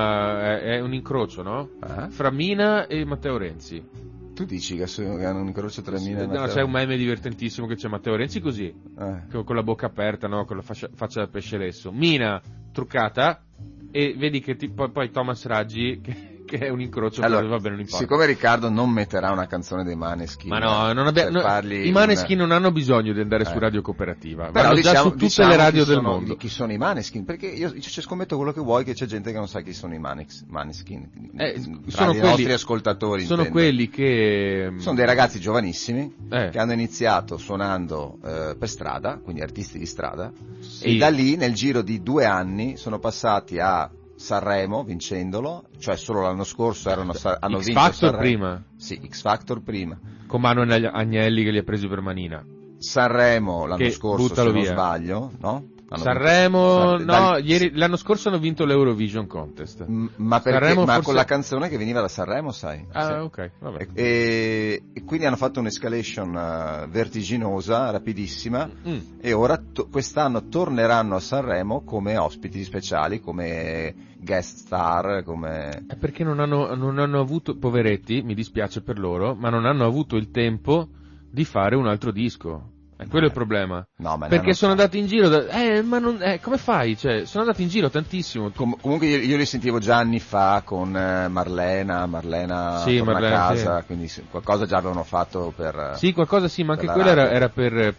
è un incrocio, no? Fra Mina e Matteo Renzi. Tu dici che hanno un incrocio tra Mina e Matteo? No, c'è un meme divertentissimo che c'è Matteo Renzi così, con la bocca aperta, no? Con la faccia da pesce lesso. Mina truccata, e vedi che poi Thomas Raggi che è un incrocio, allora, va bene, non importa. Siccome Riccardo non metterà una canzone dei Maneskin, ma no, i Maneskin non hanno bisogno di andare su Radio Cooperativa, però già su tutte le radio del mondo. Chi sono i Maneskin? Perché io ci scommetto quello che vuoi, che c'è gente che non sa chi sono i Maneskin. Sono i nostri ascoltatori. Sono quelli che sono dei ragazzi giovanissimi che hanno iniziato suonando per strada, quindi artisti di strada, e da lì nel giro di 2 anni sono passati a Sanremo, vincendolo, cioè solo l'anno scorso hanno vinto X Factor Sanremo. Prima. Sì, X Factor prima. Con Manu Agnelli che li ha presi per manina. Sanremo l'anno scorso, se non sbaglio, no? Sanremo, l'anno scorso hanno vinto l'Eurovision Contest. Ma perché? Ma con la canzone che veniva da Sanremo, sai? Ok, vabbè. E quindi hanno fatto un'escalation vertiginosa, rapidissima, e ora quest'anno torneranno a Sanremo come ospiti speciali, come guest star, come... È perché non hanno avuto, poveretti, mi dispiace per loro, ma non hanno avuto il tempo di fare un altro disco. È quello il problema. No, ma perché sono andati in giro ma non, come fai? Cioè, sono andati in giro tantissimo. Comunque io li sentivo già anni fa con Marlena sì, torna a casa, quindi qualcosa già avevano fatto per... Sì, qualcosa sì, ma anche quella era per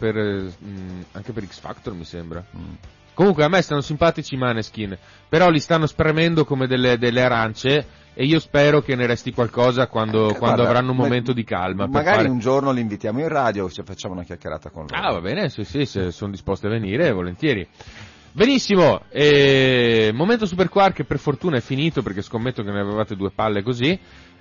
anche per X Factor, mi sembra. Comunque a me stanno simpatici i Maneskin, però li stanno spremendo come delle arance, e io spero che ne resti qualcosa quando avranno un momento di calma. Magari un giorno li invitiamo in radio, ci facciamo una chiacchierata con loro. Va bene, sì, se sono disposti a venire, volentieri. Benissimo, momento Superquark che per fortuna è finito, perché scommetto che ne avevate 2 palle così.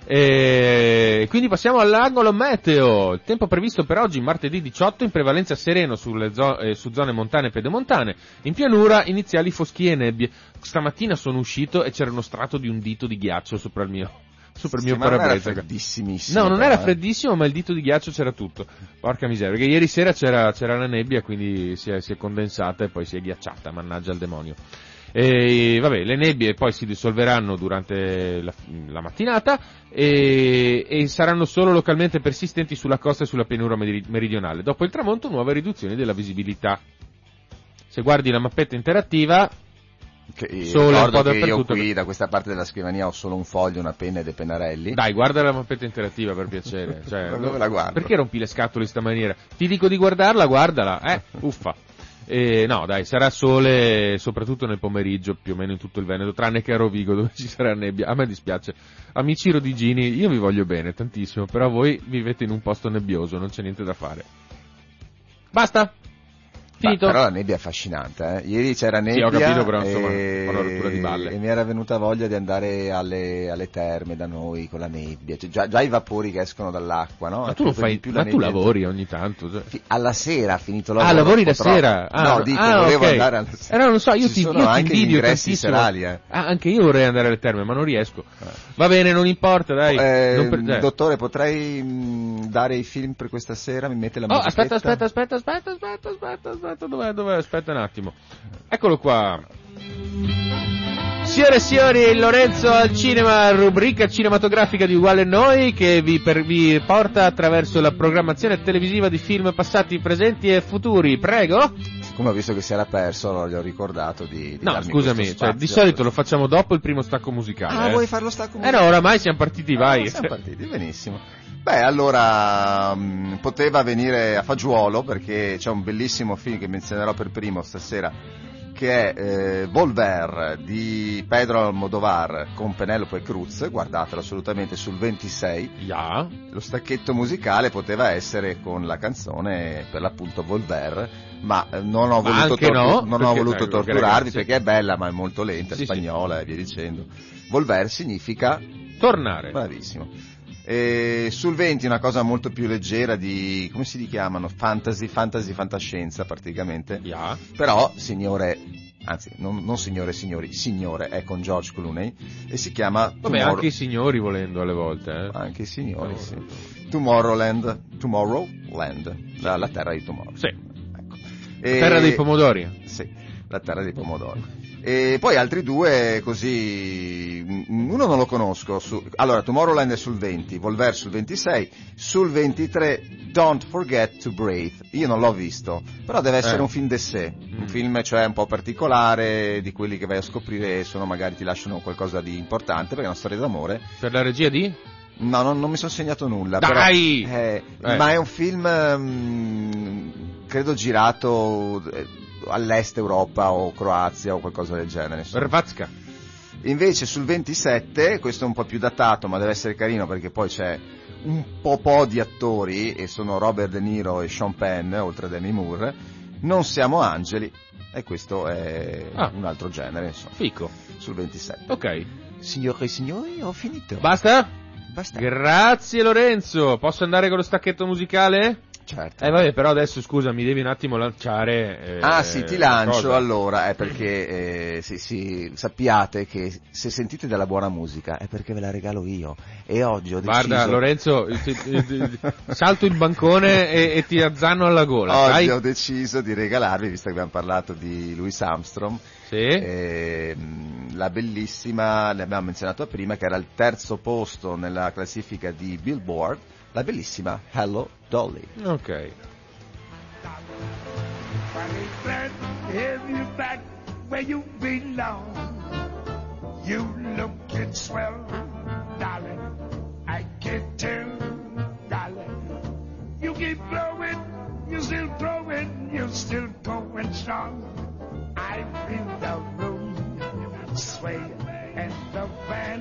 Quindi passiamo all'angolo meteo. Il tempo previsto per oggi, martedì 18, in prevalenza sereno su zone montane e pedemontane, in pianura iniziali foschie e nebbie. Stamattina sono uscito e c'era uno strato di un dito di ghiaccio sopra il mio parabrezza. Non era freddissimissimo. No, non era freddissimo, ma il dito di ghiaccio c'era tutto. Porca miseria, perché ieri sera c'era la nebbia, quindi si è condensata e poi si è ghiacciata, mannaggia il demonio. Vabbè, le nebbie poi si dissolveranno durante la mattinata e saranno solo localmente persistenti sulla costa e sulla pianura meridionale. Dopo il tramonto, nuove riduzioni della visibilità. Se guardi la mappetta interattiva, ricordo che io qui da questa parte della scrivania ho solo un foglio, una penna e dei pennarelli. Dai, guarda la mappetta interattiva per piacere. Cioè, dove la guardo? Perché rompi le scatole in sta maniera? Ti dico di guardarla, guardala, uffa. No, dai, sarà sole soprattutto nel pomeriggio, più o meno in tutto il Veneto, tranne che a Rovigo dove ci sarà nebbia. A me dispiace. Amici rodigini, io vi voglio bene tantissimo, però voi vivete in un posto nebbioso, non c'è niente da fare. Basta? Finito? Però la nebbia è affascinante, Ieri c'era nebbia. Sì, ho capito, però insomma, una rottura di balle. E mi era venuta voglia di andare alle terme da noi con la nebbia. Cioè, già i vapori che escono dall'acqua, no? Ma tu non fai più, ma tu lavori ogni tanto. Cioè. Alla sera, finito il lavoro. Lavori la sera? No, volevo andare alla sera. Non so, io ti invidio ingressi serali, anche io vorrei andare alle terme, ma non riesco. Va bene, non importa, dai. Dottore, potrei dare i film per questa sera? Mi mette la musichetta? Aspetta, dov'è? Aspetta un attimo. Eccolo qua. Signore e signori, Lorenzo al cinema, rubrica cinematografica di Uguale Noi, che vi porta attraverso la programmazione televisiva di film passati, presenti e futuri. Prego. Come ho visto che si era perso, allora gli ho ricordato di no, scusami, cioè, di solito lo facciamo dopo il primo stacco musicale. Vuoi fare lo stacco musicale? No, oramai siamo partiti, vai. Siamo partiti, benissimo. Beh, allora poteva venire a fagiolo, perché c'è un bellissimo film che menzionerò per primo stasera, che è Volver di Pedro Almodovar con Penélope Cruz. Guardatelo assolutamente sul 26. Lo stacchetto musicale poteva essere con la canzone, per l'appunto, Volver, ma non ho voluto torturarvi, perché è bella ma è molto lenta, è spagnola e via dicendo. Volver significa tornare. Bravissimo. E sul 20 una cosa molto più leggera di, come si chiamano? Fantascienza praticamente. Però signore è con George Clooney e si chiama anche i signori volendo alle volte, Anche i signori, sì. Tomorrowland, la terra di Tomorrow. Sì. Ecco. La terra dei pomodori. Sì, la terra dei pomodori. E poi altri due così, uno non lo conosco, allora Tomorrowland è sul 20, Volver sul 26, sul 23 Don't Forget to Breathe. Io non l'ho visto, però deve essere un film d'essè, un film cioè un po' particolare, di quelli che vai a scoprire e magari ti lasciano qualcosa di importante, perché è una storia d'amore. Per la regia di? No, non mi sono segnato nulla. Dai! Però, ma è un film credo girato all'est Europa o Croazia o qualcosa del genere. Hrvatska. Invece sul 27, questo è un po' più datato, ma deve essere carino perché poi c'è un po' di attori e sono Robert De Niro e Sean Penn, oltre a Demi Moore. Non siamo angeli, e questo è un altro genere, insomma. Fico. Sul 27. Ok. Signore e signori, ho finito. Basta? Grazie Lorenzo. Posso andare con lo stacchetto musicale? Certo. Vabbè, però adesso scusa, mi devi un attimo lanciare. Sì, ti lancio allora, perché sappiate che se sentite della buona musica è perché ve la regalo io. E oggi ho deciso. Guarda, Lorenzo, salto il bancone e ti azzanno alla gola. Oggi ho deciso di regalarvi, visto che abbiamo parlato di Louis Armstrong. Sì. La bellissima, ne abbiamo menzionato prima, che era al terzo posto nella classifica di Billboard. La bellissima Hello Dolly. Ok. You lookin' swell, darling. I can't tell, darling. You keep blowing, you're still throwing, you're still going strong. I feel the room sway and the band.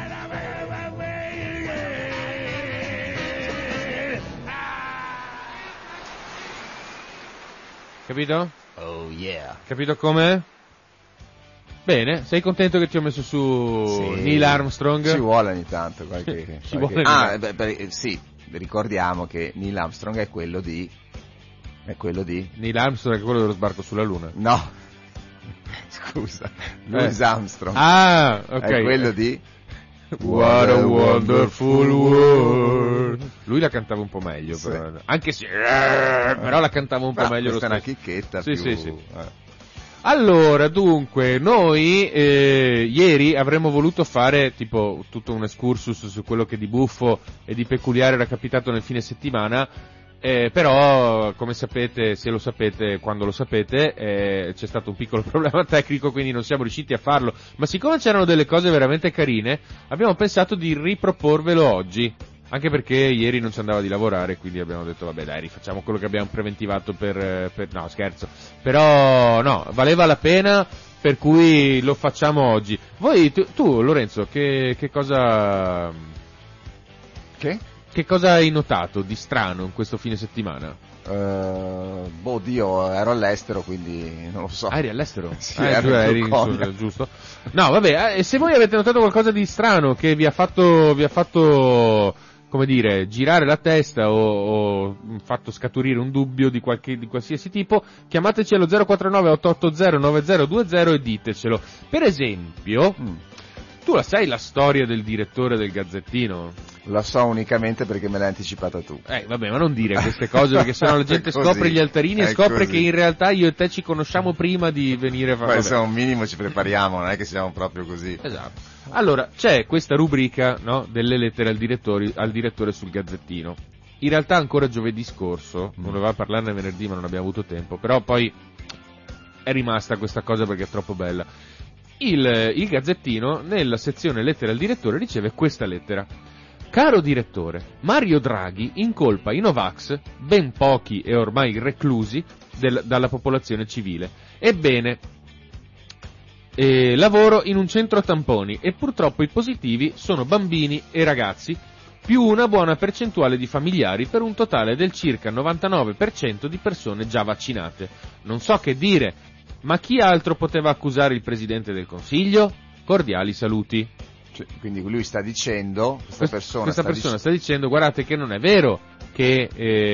Capito? Oh yeah. Capito come? Bene, sei contento che ti ho messo su Neil Armstrong? Ci vuole ogni tanto qualche... Vuole sì, ricordiamo che Neil Armstrong è quello di... Neil Armstrong è quello dello sbarco sulla Luna? No. Scusa. Louis Armstrong. Ok. È quello di... What a wonderful world. Lui la cantava un po' meglio, sì. Però. Anche se però la cantava un po' meglio. Questa è una chicchetta. Sì. Allora, dunque, noi ieri avremmo voluto fare tipo tutto un excursus su quello che di buffo e di peculiare era capitato nel fine settimana. Però, come sapete, se lo sapete, quando lo sapete, c'è stato un piccolo problema tecnico, quindi non siamo riusciti a farlo. Ma siccome c'erano delle cose veramente carine, abbiamo pensato di riproporvelo oggi. Anche perché ieri non ci andava di lavorare, quindi abbiamo detto, vabbè dai, rifacciamo quello che abbiamo preventivato no, scherzo. Però, no, valeva la pena, per cui lo facciamo oggi. Voi, tu Lorenzo, che cosa... Che? Che cosa hai notato di strano in questo fine settimana? Io ero all'estero, quindi non lo so. Eri all'estero? Sì, eri giusto. No, vabbè, se voi avete notato qualcosa di strano che vi ha fatto come dire, girare la testa o fatto scaturire un dubbio di qualsiasi tipo, chiamateci allo 049 880 9020 e ditecelo. Per esempio, tu la sai la storia del direttore del Gazzettino? La so unicamente perché me l'hai anticipata tu. Vabbè, ma non dire queste cose perché sennò la gente scopre gli altarini e scopre che in realtà io e te ci conosciamo prima di venire a fare. Se un minimo ci prepariamo, non è che siamo proprio così. Esatto. Allora, c'è questa rubrica, no, delle lettere al direttore sul Gazzettino. In realtà ancora giovedì scorso, non doveva parlarne venerdì ma non abbiamo avuto tempo, però poi è rimasta questa cosa perché è troppo bella. Il Gazzettino, nella sezione lettere al direttore, riceve questa lettera. Caro direttore, Mario Draghi incolpa i Novax, ben pochi e ormai reclusi, dalla popolazione civile. Ebbene, lavoro in un centro tamponi e purtroppo i positivi sono bambini e ragazzi, più una buona percentuale di familiari per un totale del circa 99% di persone già vaccinate. Non so che dire, ma chi altro poteva accusare il Presidente del Consiglio? Cordiali saluti. Quindi lui sta dicendo, questa persona sta dicendo, guardate che non è vero che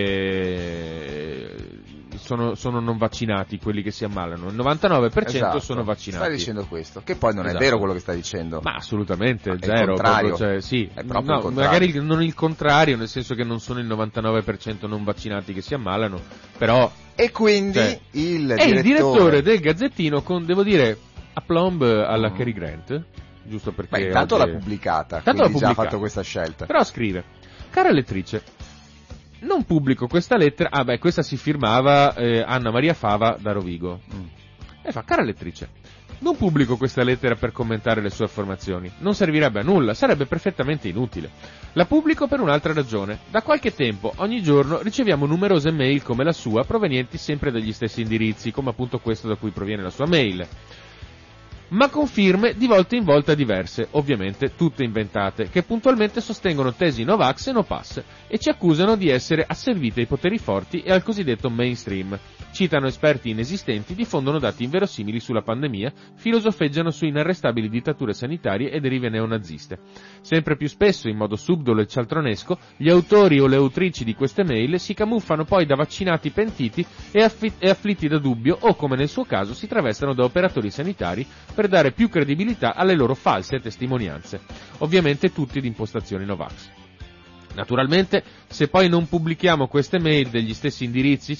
sono non vaccinati quelli che si ammalano, il 99% sono vaccinati. Sta dicendo questo, che poi non è vero quello che sta dicendo. Ma assolutamente, zero. Il contrario. Proprio, sì, è proprio il contrario. Magari non il contrario, nel senso che non sono il 99% non vaccinati che si ammalano, però... E quindi il direttore del Gazzettino con, devo dire, aplomb alla Cary Grant, giusto perché... Beh, intanto l'ha pubblicata, quindi già ha fatto questa scelta. Però scrive, cara lettrice, non pubblico questa lettera, questa si firmava Anna Maria Fava da Rovigo. E fa, cara lettrice, non pubblico questa lettera per commentare le sue affermazioni, non servirebbe a nulla, sarebbe perfettamente inutile. La pubblico per un'altra ragione. Da qualche tempo, ogni giorno, riceviamo numerose mail come la sua, provenienti sempre dagli stessi indirizzi, come appunto questo da cui proviene la sua mail, ma con firme di volta in volta diverse, ovviamente tutte inventate, che puntualmente sostengono tesi Novax e No Pass e ci accusano di essere asservite ai poteri forti e al cosiddetto mainstream. Citano esperti inesistenti, diffondono dati inverosimili sulla pandemia, filosofeggiano su inarrestabili dittature sanitarie e derive neonaziste. Sempre più spesso, in modo subdolo e cialtronesco, gli autori o le autrici di queste mail si camuffano poi da vaccinati pentiti e afflitti da dubbio o, come nel suo caso, si travestano da operatori sanitari per dare più credibilità alle loro false testimonianze. Ovviamente tutti di impostazioni Novax. Naturalmente, se poi non pubblichiamo queste mail dagli stessi indirizzi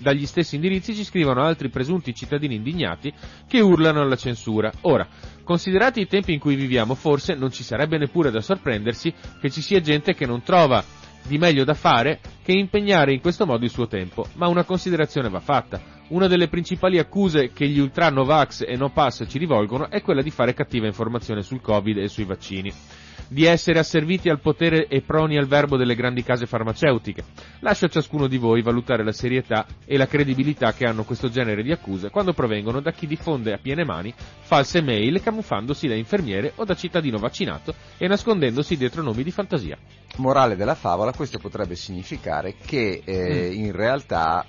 ci scrivono altri presunti cittadini indignati che urlano alla censura. Ora, considerati i tempi in cui viviamo, forse non ci sarebbe neppure da sorprendersi che ci sia gente che non trova di meglio da fare che impegnare in questo modo il suo tempo, ma una considerazione va fatta. Una delle principali accuse che gli ultra Novax e No Pass ci rivolgono è quella di fare cattiva informazione sul Covid e sui vaccini, di essere asserviti al potere e proni al verbo delle grandi case farmaceutiche. Lascio a ciascuno di voi valutare la serietà e la credibilità che hanno questo genere di accuse quando provengono da chi diffonde a piene mani false mail camuffandosi da infermiere o da cittadino vaccinato e nascondendosi dietro nomi di fantasia. Morale della favola, questo potrebbe significare che in realtà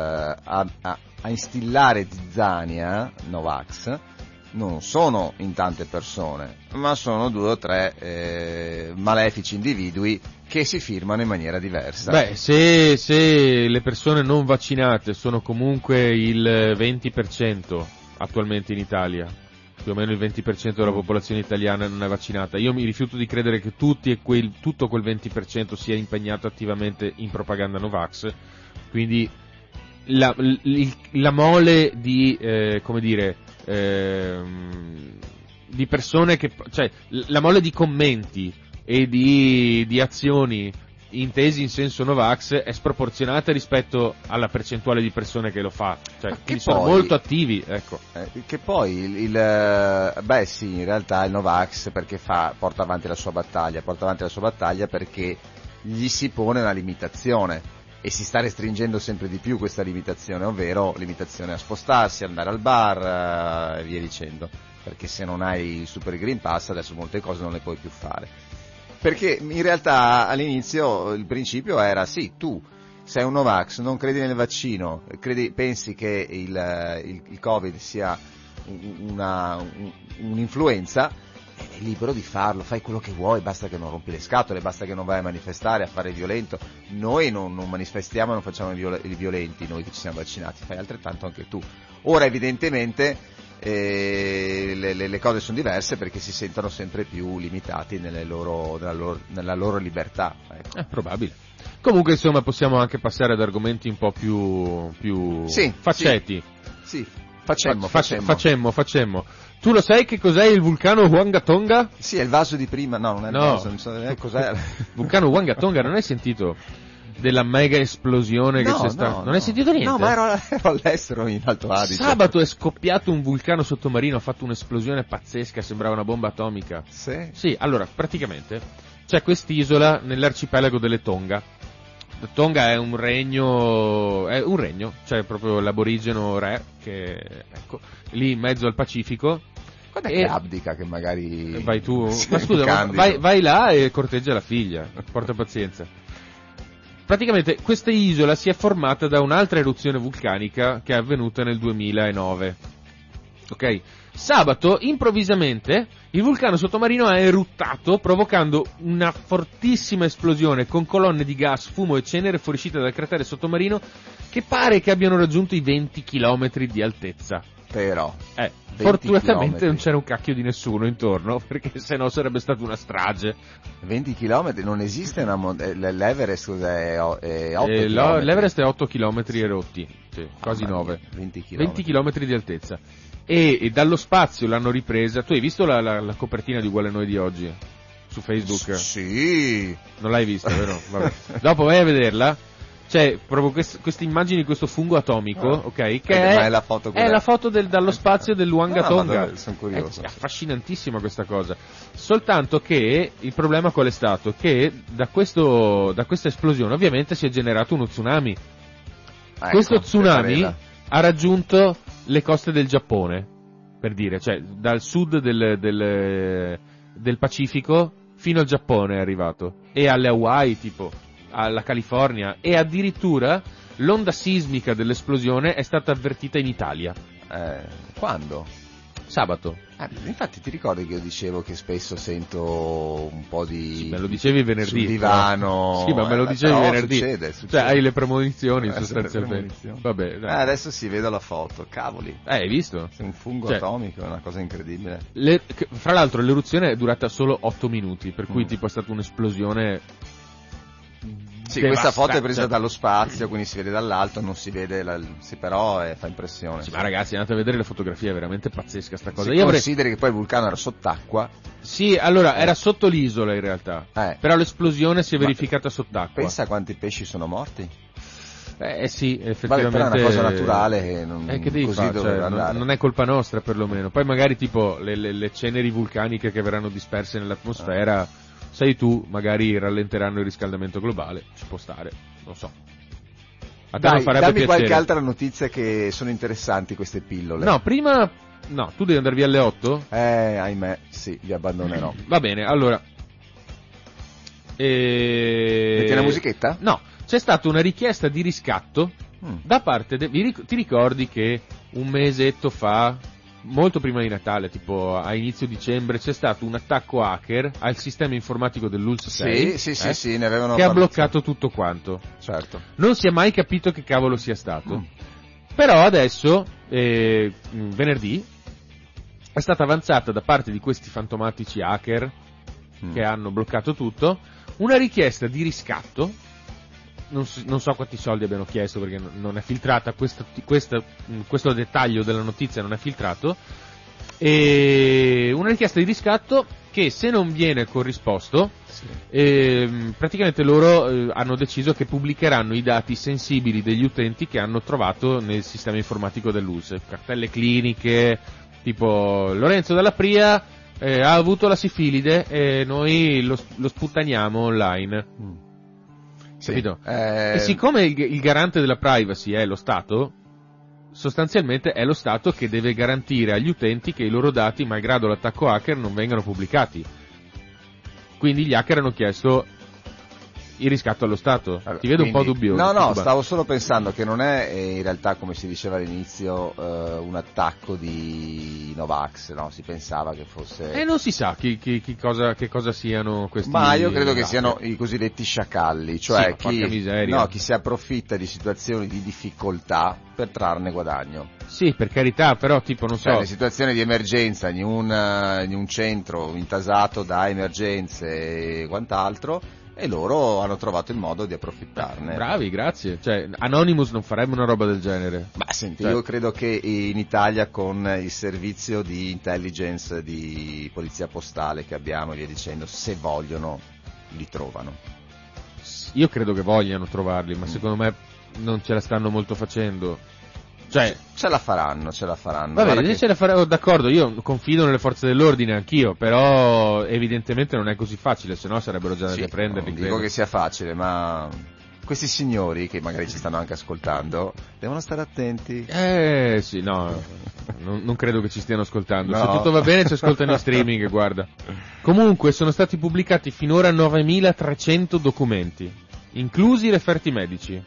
a instillare zizzania Novax non sono in tante persone, ma sono 2 o 3 malefici individui che si firmano in maniera diversa. Beh, se le persone non vaccinate sono comunque il 20% attualmente in Italia, più o meno il 20% della popolazione italiana non è vaccinata, io mi rifiuto di credere che tutto quel 20% sia impegnato attivamente in propaganda Novax, quindi la mole di, di persone che, cioè, la mole di commenti e di azioni intesi in senso Novax è sproporzionata rispetto alla percentuale di persone che lo fa, cioè che sono molto attivi, ecco. Che poi in realtà il Novax perché porta avanti la sua battaglia perché gli si pone una limitazione e si sta restringendo sempre di più questa limitazione, ovvero limitazione a spostarsi, andare al bar e via dicendo, perché se non hai il Super Green Pass adesso molte cose non le puoi più fare. perché in realtà all'inizio il principio era sì, tu sei un Novax, non credi nel vaccino, pensi che il Covid sia un'influenza, è libero di farlo, fai quello che vuoi, basta che non rompi le scatole, basta che non vai a manifestare, a fare violento. Noi non manifestiamo, non facciamo i violenti, noi che ci siamo vaccinati, fai altrettanto anche tu. Ora evidentemente le cose sono diverse perché si sentono sempre più limitati nella loro libertà. Ecco. È probabile. Comunque insomma possiamo anche passare ad argomenti un po' più sì, faccetti. Sì, facemmo. Tu lo sai che cos'è il vulcano Huangatonga? Sì, è il vaso di prima, no, non è il vaso, non so cos'è. Vulcano Huangatonga, non hai sentito della mega esplosione che c'è stata? Non hai sentito niente? No, ma ero all'estero in Alto Adige. Sabato è scoppiato un vulcano sottomarino, ha fatto un'esplosione pazzesca, sembrava una bomba atomica. Sì? Sì, allora, praticamente c'è quest'isola nell'arcipelago delle Tonga. Tonga è un regno, cioè proprio l'aborigeno re, che ecco, lì in mezzo al Pacifico. Quando è che abdica che magari... Vai tu? Ma scusa, vai là e corteggia la figlia, porta pazienza. Praticamente questa isola si è formata da un'altra eruzione vulcanica che è avvenuta nel 2009. Ok? Sabato, improvvisamente, il vulcano sottomarino è eruttato, provocando una fortissima esplosione con colonne di gas, fumo e cenere fuoriuscite dal cratere sottomarino che pare che abbiano raggiunto i 20 km di altezza. Però fortunatamente non c'era un cacchio di nessuno intorno, perché sennò sarebbe stata una strage. 20 km? Non esiste l'Everest è 8 km? L'Everest è 8 km e rotti, sì, quasi 9. 20 km di altezza. E dallo spazio l'hanno ripresa. Tu hai visto la copertina di Uguale Noi di oggi? Su Facebook? Sì. Non l'hai vista, vero? Vabbè. Dopo vai a vederla. C'è proprio queste immagini di questo fungo atomico, ok? Che è la foto dallo spazio dell'Huangatonga. Sono curioso. È affascinantissima questa cosa. Soltanto che il problema qual è stato? Che da questa esplosione ovviamente si è generato uno tsunami. Ecco, questo tsunami ha raggiunto le coste del Giappone, per dire, cioè dal sud del Pacifico fino al Giappone è arrivato, e alle Hawaii, tipo alla California, e addirittura l'onda sismica dell'esplosione è stata avvertita in Italia. Quando? Sabato. Infatti ti ricordi che io dicevo che spesso sento un po' di... Sì, me lo dicevi venerdì. Sul divano. Sì, ma me lo dicevi venerdì. Succede. Cioè hai le premonizioni sostanzialmente. Vabbè, dai. Adesso vedo la foto, cavoli. Hai visto? È un fungo atomico, è una cosa incredibile. Fra l'altro l'eruzione è durata solo 8 minuti, per cui tipo è stata un'esplosione... Sì, questa foto è presa dallo spazio, quindi si vede dall'alto, non si vede, però fa impressione. Sì, ma ragazzi, andate a vedere le fotografie, è veramente pazzesca sta cosa. Se consideri che poi il vulcano era sott'acqua. Sì, allora, era sotto l'isola in realtà, però l'esplosione si è verificata sott'acqua. Pensa a quanti pesci sono morti? Sì, effettivamente. Vabbè, però è una cosa naturale che non, che devi così fare, doveva andare. Non è colpa nostra perlomeno. Poi magari tipo le ceneri vulcaniche che verranno disperse nell'atmosfera... Sai tu, magari rallenteranno il riscaldamento globale, ci può stare, non so. A te non farebbe dammi piacere. Qualche altra notizia che sono interessanti queste pillole. No, prima... No, tu devi andare via alle 8? Ahimè, sì, vi abbandonerò. Va bene, allora... Metti una musichetta? No, c'è stata una richiesta di riscatto da parte... Ti ricordi che un mesetto fa... molto prima di Natale, tipo a inizio dicembre, c'è stato un attacco hacker al sistema informatico dell'ULSS 6 sì, ne avevano che ha bloccato tutto quanto. Certo. Non si è mai capito che cavolo sia stato. Però adesso, venerdì, è stata avanzata da parte di questi fantomatici hacker che hanno bloccato tutto una richiesta di riscatto. Non so quanti soldi abbiano chiesto perché non è filtrata, questo dettaglio della notizia non è filtrato, e una richiesta di riscatto che se non viene corrisposto, praticamente loro hanno deciso che pubblicheranno i dati sensibili degli utenti che hanno trovato nel sistema informatico dell'ULSS, cartelle cliniche, tipo Lorenzo dalla Pria ha avuto la sifilide e noi lo sputtaniamo online. Capito? E siccome il garante della privacy è lo Stato, sostanzialmente è lo Stato che deve garantire agli utenti che i loro dati, malgrado l'attacco hacker, non vengano pubblicati. Quindi gli hacker hanno chiesto il riscatto allo Stato. Allora, ti vedo un po' dubbioso. No, stavo solo pensando che non è in realtà, come si diceva all'inizio, un attacco di Novax, no? Si pensava che fosse... non si sa che cosa siano questi... Ma io credo che siano i cosiddetti sciacalli, cioè chi si approfitta di situazioni di difficoltà per trarne guadagno. Sì, per carità, però tipo non so... le situazioni di emergenza in un centro intasato da emergenze e quant'altro, e loro hanno trovato il modo di approfittarne. Bravi, grazie. Cioè, Anonymous non farebbe una roba del genere. Ma senti, io credo che in Italia con il servizio di intelligence di polizia postale che abbiamo e via dicendo, se vogliono li trovano. Io credo che vogliano trovarli, ma secondo me non ce la stanno molto facendo. Cioè, ce la faranno. Vabbè, ce la faranno, d'accordo, io confido nelle forze dell'ordine anch'io, però evidentemente non è così facile, se no sarebbero già andati a prenderli. Non dico che sia facile, ma questi signori che magari ci stanno anche ascoltando devono stare attenti. Sì, no, non credo che ci stiano ascoltando. No. Se tutto va bene ci ascoltano in streaming, guarda. Comunque sono stati pubblicati finora 9.300 documenti, inclusi i referti medici.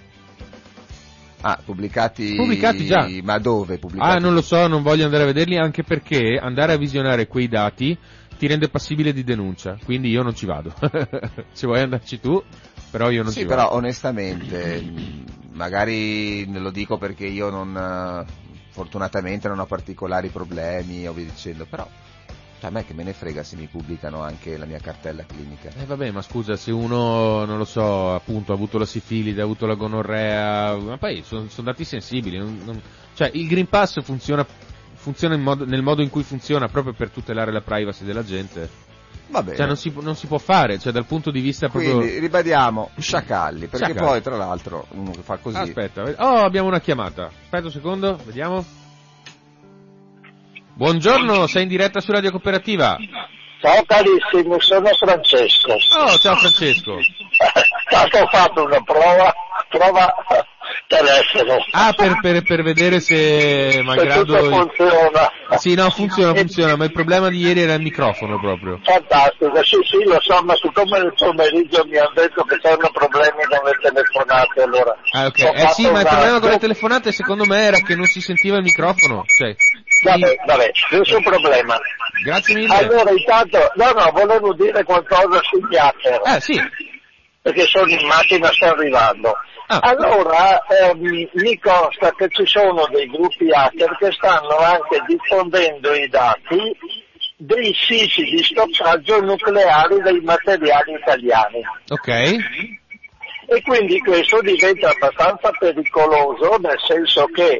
Pubblicati già. Ma dove pubblicati? Non lo so, non voglio andare a vederli, anche perché andare a visionare quei dati ti rende passibile di denuncia, quindi io non ci vado. Se vuoi andarci tu, però io non ci vado. Sì, però onestamente, magari lo dico perché io fortunatamente non ho particolari problemi o via dicendo, però a me che me ne frega se mi pubblicano anche la mia cartella clinica. Vabbè, ma scusa, se uno, non lo so, appunto ha avuto la sifilide, ha avuto la gonorrea, ma poi sono dati sensibili, cioè il Green Pass funziona nel modo in cui funziona, proprio per tutelare la privacy della gente. Va bene. Cioè non si può fare, cioè dal punto di vista proprio... Quindi ribadiamo, sciacalli, perché poi tra l'altro uno che fa così... Aspetta, abbiamo una chiamata, aspetta un secondo, vediamo. Buongiorno, sei in diretta su Radio Cooperativa. Ciao carissimi, sono Francesco. Oh, ciao Francesco. Ho fatto una prova telefono. Per vedere se malgrado... Se tutto funziona. Sì, no, funziona, ma il problema di ieri era il microfono proprio. Fantastico, sì, lo so, ma siccome nel pomeriggio mi hanno detto che c'erano problemi con le telefonate, allora... ok, sì, ma il problema con le telefonate secondo me era che non si sentiva il microfono, cioè... Vabbè, nessun problema. Grazie mille. Allora, intanto, volevo dire qualcosa sugli hacker. Sì. Perché sono in macchina, sto arrivando. Allora, mi consta che ci sono dei gruppi hacker che stanno anche diffondendo i dati dei siti di stoccaggio nucleari dei materiali italiani. Ok. E quindi questo diventa abbastanza pericoloso, nel senso che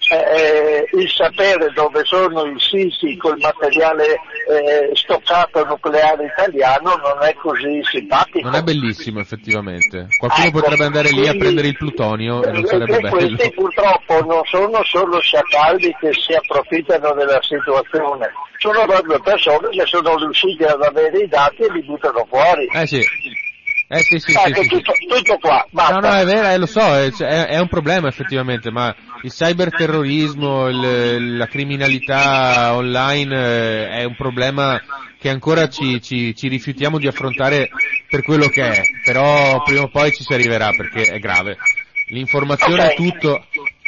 il sapere dove sono i siti col materiale stoccato nucleare italiano non è così simpatico. Non è bellissimo effettivamente. Qualcuno potrebbe andare lì a prendere il plutonio e non sarebbe bello. Questi purtroppo non sono solo sciacalli che si approfittano della situazione, sono proprio persone che sono riuscite ad avere i dati e li buttano fuori. Sì. Sì. Tutto qua, basta. No, è vero, lo so, è un problema effettivamente, ma il cyberterrorismo, la criminalità online è un problema che ancora ci rifiutiamo di affrontare per quello che è, però prima o poi ci si arriverà perché è grave. L'informazione è tutto.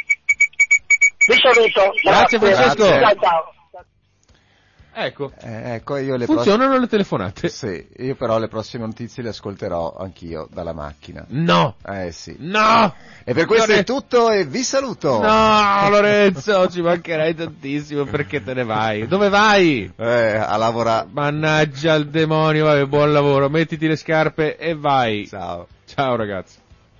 Vi saluto. Grazie Francesco. Ciao. Ecco, io funzionano le telefonate. Sì, io però le prossime notizie le ascolterò anch'io dalla macchina. No! Sì. No! E per questo è tutto e vi saluto. No, Lorenzo, ci mancherai tantissimo, perché te ne vai? Dove vai? A lavorare. Mannaggia il demonio, vabbè, buon lavoro, mettiti le scarpe e vai. Ciao ragazzi.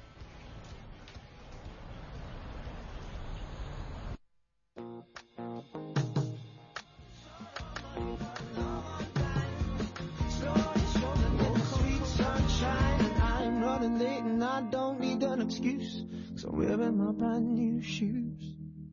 I don't need an excuse, 'cause I'm wearing my brand new shoes.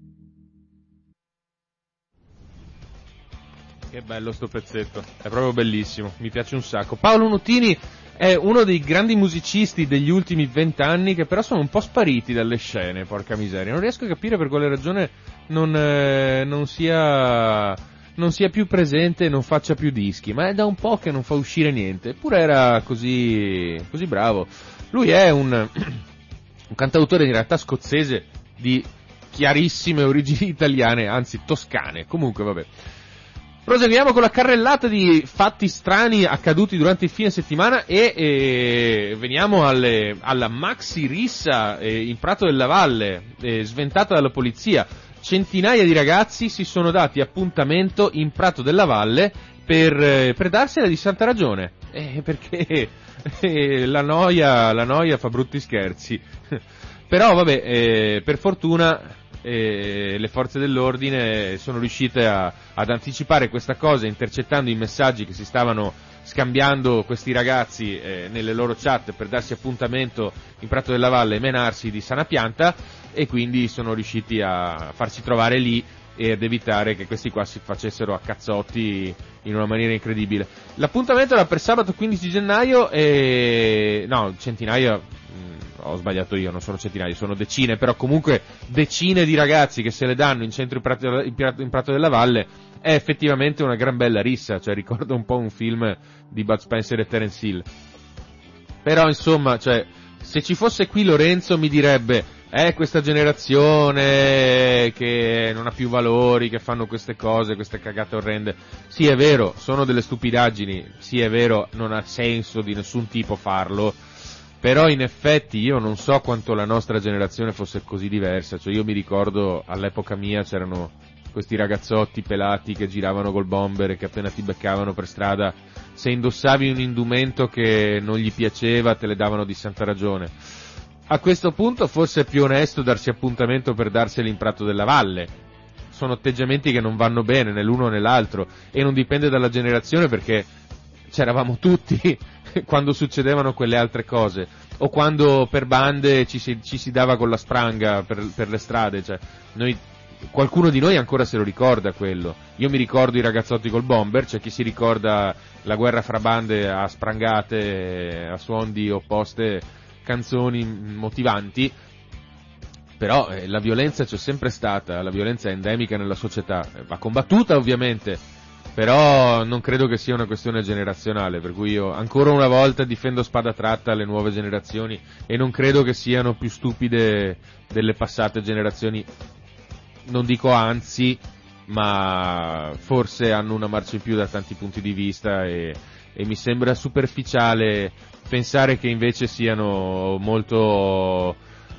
Che bello sto pezzetto, è proprio bellissimo, mi piace un sacco. Paolo Nutini è uno dei grandi musicisti degli ultimi 20 anni che però sono un po' spariti dalle scene, porca miseria. Non riesco a capire per quale ragione non sia non sia più presente e non faccia più dischi, ma è da un po' che non fa uscire niente, eppure era così bravo. Lui è un cantautore in realtà scozzese di chiarissime origini italiane, anzi toscane. Comunque vabbè. Proseguiamo con la carrellata di fatti strani accaduti durante il fine settimana e veniamo alla maxi rissa in Prato della Valle, sventata dalla polizia. Centinaia di ragazzi si sono dati appuntamento in Prato della Valle per darsela di santa ragione, perché la noia fa brutti scherzi. Però vabbè, per fortuna le forze dell'ordine sono riuscite ad anticipare questa cosa, intercettando i messaggi che si stavano scambiando questi ragazzi nelle loro chat per darsi appuntamento in Prato della Valle e menarsi di sana pianta, e quindi sono riusciti a farsi trovare lì e ad evitare che questi qua si facessero a cazzotti in una maniera incredibile. L'appuntamento era per sabato 15 gennaio centinaia, ho sbagliato io, non sono centinaia, sono decine, però comunque decine di ragazzi che se le danno in centro in Prato della Valle. È effettivamente una gran bella rissa, cioè ricorda un po' un film di Bud Spencer e Terence Hill. Però insomma, cioè, se ci fosse qui Lorenzo mi direbbe questa generazione che non ha più valori, che fanno queste cose, queste cagate orrende. Sì, è vero, sono delle stupidaggini, sì, è vero, non ha senso di nessun tipo farlo, però in effetti io non so quanto la nostra generazione fosse così diversa. Cioè io mi ricordo all'epoca mia c'erano questi ragazzotti pelati che giravano col bomber e che appena ti beccavano per strada, se indossavi un indumento che non gli piaceva te le davano di santa ragione. A questo punto forse è più onesto darsi appuntamento per darseli in Prato della Valle. Sono atteggiamenti che non vanno bene né l'uno né l'altro, e non dipende dalla generazione, perché c'eravamo tutti quando succedevano quelle altre cose, o quando per bande ci si dava con la spranga per le strade. Cioè qualcuno di noi ancora se lo ricorda quello. Io mi ricordo i ragazzotti col bomber, c'è chi si ricorda la guerra fra bande a sprangate, a suon di opposte canzoni motivanti. Però la violenza c'è sempre stata, la violenza è endemica nella società, va combattuta ovviamente, però non credo che sia una questione generazionale, per cui io ancora una volta difendo spada tratta alle nuove generazioni e non credo che siano più stupide delle passate generazioni. Non dico anzi, ma forse hanno una marcia in più da tanti punti di vista, e mi sembra superficiale pensare che invece siano molto,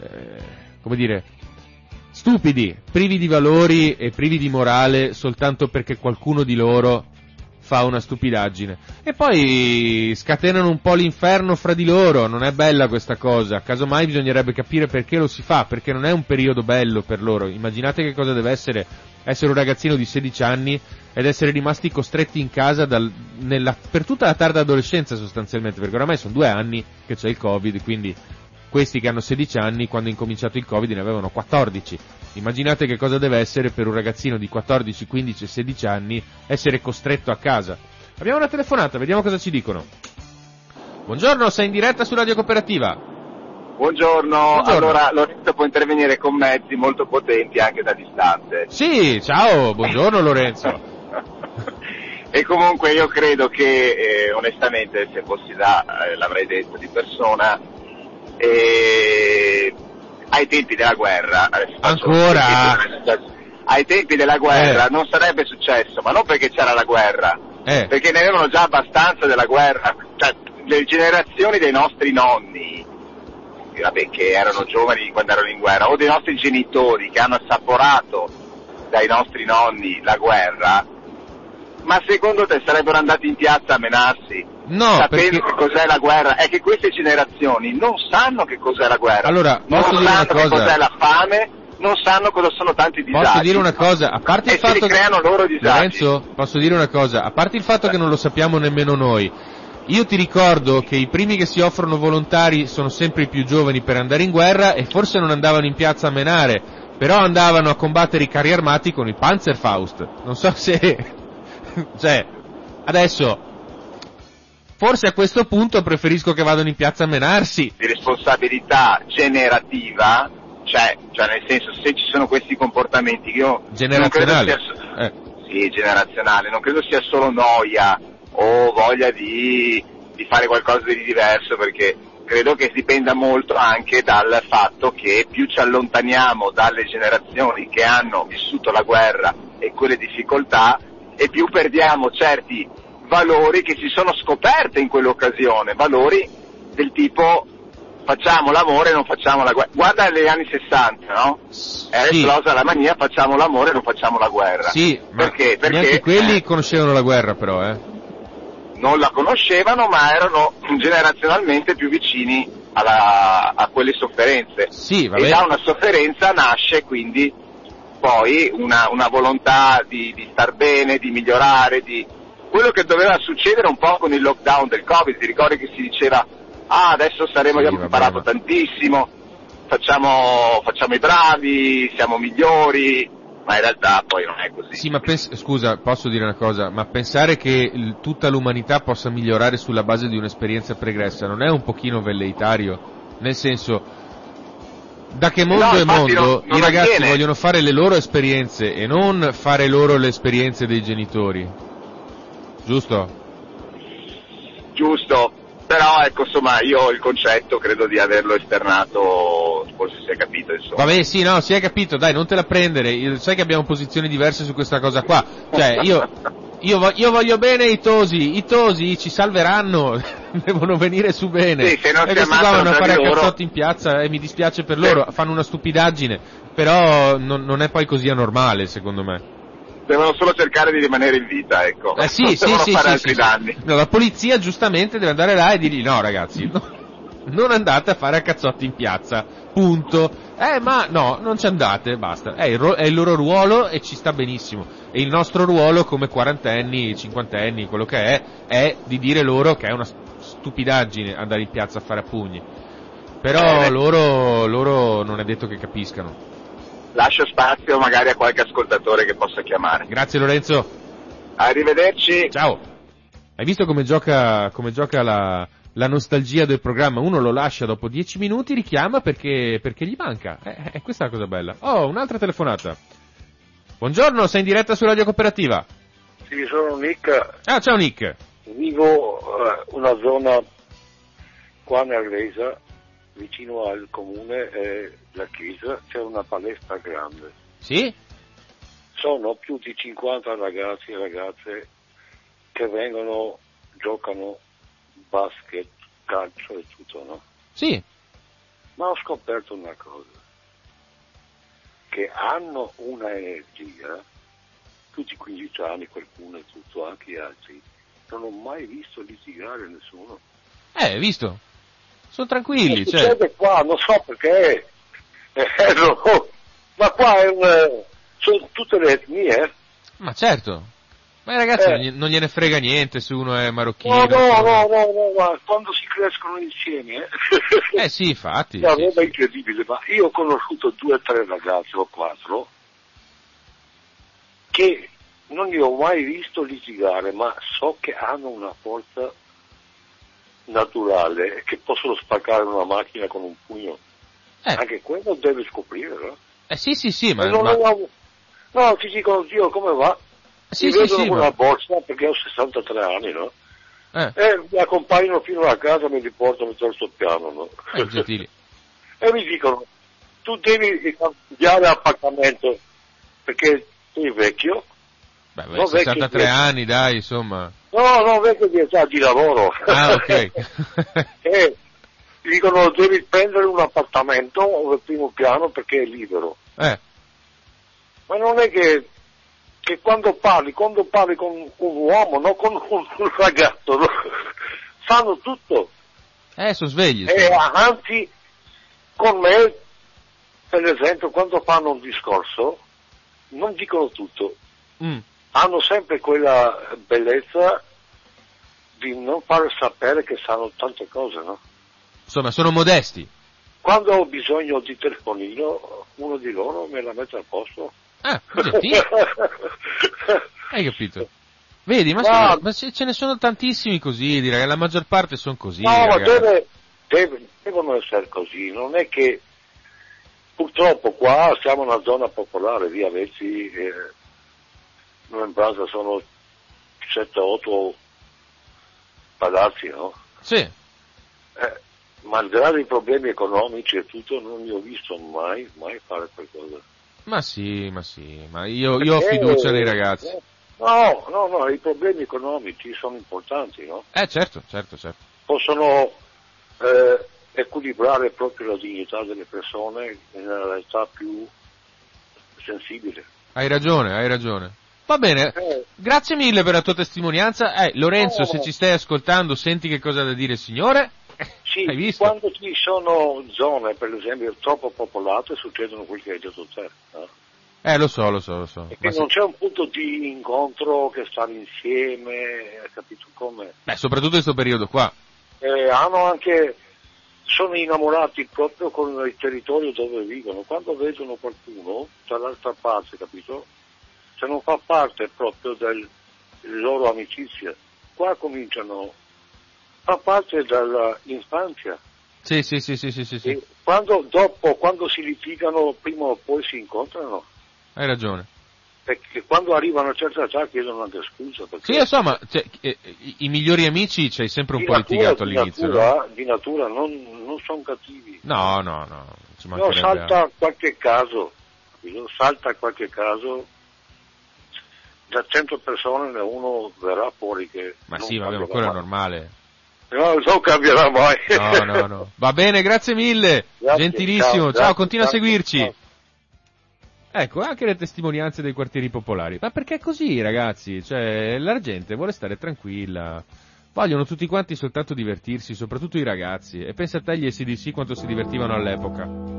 stupidi, privi di valori e privi di morale soltanto perché qualcuno di loro fa una stupidaggine. E poi scatenano un po' l'inferno fra di loro, non è bella questa cosa. Casomai bisognerebbe capire perché lo si fa, perché non è un periodo bello per loro. Immaginate che cosa deve essere un ragazzino di 16 anni ed essere rimasti costretti in casa per tutta la tarda adolescenza sostanzialmente, perché oramai sono 2 anni che c'è il Covid, quindi questi che hanno 16 anni, quando è incominciato il Covid ne avevano 14. Immaginate che cosa deve essere per un ragazzino di 14, 15 e 16 anni essere costretto a casa. Abbiamo una telefonata, vediamo cosa ci dicono. Buongiorno, sei in diretta su Radio Cooperativa. Buongiorno. Allora Lorenzo può intervenire con mezzi molto potenti anche da distante. Sì, ciao, buongiorno Lorenzo. E comunque io credo che onestamente, se fossi l'avrei detto di persona, ai tempi della guerra, ai tempi della guerra non sarebbe successo, ma non perché c'era la guerra, perché ne avevano già abbastanza della guerra. Cioè, le generazioni dei nostri nonni, che erano giovani quando erano in guerra, o dei nostri genitori che hanno assaporato dai nostri nonni la guerra, ma secondo te sarebbero andati in piazza a menarsi? No, sapendo che cos'è la guerra? È che queste generazioni non sanno che cos'è la guerra, allora, non sanno che cos'è la fame, non sanno cosa sono tanti disagi. Posso dire una cosa? A parte il fatto creano loro disagi. Lorenzo, posso dire una cosa? A parte il fatto che non lo sappiamo nemmeno noi, io ti ricordo che i primi che si offrono volontari sono sempre i più giovani per andare in guerra, e forse non andavano in piazza a menare, però andavano a combattere i carri armati con il Panzerfaust. Non so se... cioè, adesso... forse a questo punto preferisco che vadano in piazza a menarsi. Di responsabilità generativa, cioè nel senso, se ci sono questi comportamenti che io generazionali, Sì, generazionale, non credo sia solo noia o voglia di fare qualcosa di diverso, perché credo che dipenda molto anche dal fatto che più ci allontaniamo dalle generazioni che hanno vissuto la guerra e quelle difficoltà, e più perdiamo certi valori che si sono scoperte in quell'occasione, valori del tipo facciamo l'amore e non facciamo la guerra. Guarda negli anni 60, no? Era esplosa la mania, facciamo l'amore e non facciamo la guerra. Sì, perché? Ma neanche quelli conoscevano la guerra, però, Non la conoscevano, ma erano generazionalmente più vicini a quelle sofferenze. Sì, vabbè. E da una sofferenza nasce quindi poi una volontà di star bene, di migliorare, di quello che doveva succedere un po' con il lockdown del Covid. Ti ricordi che si diceva adesso abbiamo imparato tantissimo, facciamo i bravi, siamo migliori, ma in realtà poi non è così. Sì, ma scusa, posso dire una cosa, ma pensare che tutta l'umanità possa migliorare sulla base di un'esperienza pregressa non è un pochino velleitario? Nel senso, da che mondo è mondo, i ragazzi vogliono fare le loro esperienze e non fare loro le esperienze dei genitori, giusto? Giusto. Però ecco, insomma, io il concetto credo di averlo esternato, forse si è capito, insomma. Vabbè, sì, no, si è capito, dai, non te la prendere, sai che abbiamo posizioni diverse su questa cosa qua, cioè, io voglio bene i tosi ci salveranno, devono venire su bene, sì, se non e questi qua vanno a fare a cazzotti in piazza e mi dispiace per loro, fanno una stupidaggine, però non è poi così anormale, secondo me. Devono solo cercare di rimanere in vita, ecco. Sì, non devono fare altri danni. No, la polizia giustamente deve andare là e dirgli no ragazzi, non andate a fare a cazzotti in piazza, punto. Ma no, non ci andate, basta. È il loro ruolo e ci sta benissimo. E il nostro ruolo come quarantenni, cinquantenni, quello che è di dire loro che è una stupidaggine andare in piazza a fare a pugni. Però loro non è detto che capiscano. Lascio spazio magari a qualche ascoltatore che possa chiamare. Grazie Lorenzo. Arrivederci. Ciao. Hai visto come gioca la nostalgia del programma? Uno lo lascia dopo 10 minuti, richiama perché gli manca. Questa è la cosa bella. Oh, un'altra telefonata. Buongiorno, sei in diretta su Radio Cooperativa. Sì, sono Nick. Ah, ciao Nick. Vivo una zona qua nel Resa, vicino al comune e la chiesa, c'è una palestra grande. Sì? Sono più di 50 ragazzi e ragazze che vengono, giocano basket, calcio e tutto, no? Sì. Ma ho scoperto una cosa, che hanno una energia, tutti 15 anni, qualcuno e tutto, anche altri, non ho mai visto litigare nessuno. Hai visto? Sono tranquilli, succede qua, non so perché, no. Ma qua sono tutte le etnie. Ma certo, ma i ragazzi non gliene frega niente se uno è marocchino. No, ma quando si crescono insieme. Sì, infatti. È una roba incredibile, ma io ho conosciuto 2 o 3 ragazzi o 4 che non li ho mai visto litigare, ma so che hanno una forza naturale, che possono spaccare una macchina con un pugno. Anche quello deve scoprire, no? Sì, ma... No, ti dicono, Dio, come va? Sì, mi vedono sì, con una borsa, perché ho 63 anni, no? Mi accompagnano fino a casa, mi riportano verso il piano, no? Gentili. E mi dicono, tu devi cambiare appartamento, perché sei vecchio. Beh, 63 anni, dai, insomma. No, vecchio di età di lavoro. Ah, ok. E dicono, devi prendere un appartamento al primo piano perché è libero. Ma non è che quando parli con un uomo, no, con un ragazzo, no? Fanno tutto. Sono svegli. Anzi, con me, per esempio, quando fanno un discorso, non dicono tutto. Hanno sempre quella bellezza di non far sapere che sanno tante cose, no? Insomma, sono modesti. Quando ho bisogno di telefonino, uno di loro me la mette a posto. Gentile. Hai capito? Vedi, ma ce ne sono tantissimi così, direi, la maggior parte sono così. No, ma devono essere così, non è che purtroppo qua siamo una zona popolare, via Vezzi, in pratica sono 7-8 palazzi, no? Sì. Malgrado i problemi economici e tutto, non li ho visto mai fare qualcosa. Ma io ho fiducia nei ragazzi. No, i problemi economici sono importanti, no? Certo. Possono equilibrare proprio la dignità delle persone nella realtà più sensibile. Hai ragione. Va bene, grazie mille per la tua testimonianza. Lorenzo, se ci stai ascoltando, senti che cosa ha da dire il signore? Sì, hai visto? Quando ci sono zone, per esempio, troppo popolate, succedono quel che hai detto te, no? Lo so. Perché non c'è un punto di incontro che stare insieme, capito come? Soprattutto in questo periodo qua. Sono innamorati proprio con il territorio dove vivono. Quando vedono qualcuno dall'altra parte, capito? Se non fa parte proprio della loro amicizia, qua cominciano, fa parte dall'infanzia. Sì. E quando si litigano, prima o poi si incontrano. Hai ragione. Perché quando arrivano a una certa età chiedono anche scusa. Sì, lo so, ma i migliori amici c'hai sempre un po' litigato all'inizio. Di natura non sono cattivi. No. Salta qualche caso, da 100 persone uno verrà fuori che... Ma sì, vabbè, ma quello è normale. No, non cambierà mai. No. Va bene, grazie mille. Grazie, gentilissimo. Ciao, continua a seguirci. Ciao. Ecco, anche le testimonianze dei quartieri popolari. Ma perché è così, ragazzi? Cioè, la gente vuole stare tranquilla. Vogliono tutti quanti soltanto divertirsi, soprattutto i ragazzi. E pensa a te gli AC/DC quanto si divertivano all'epoca.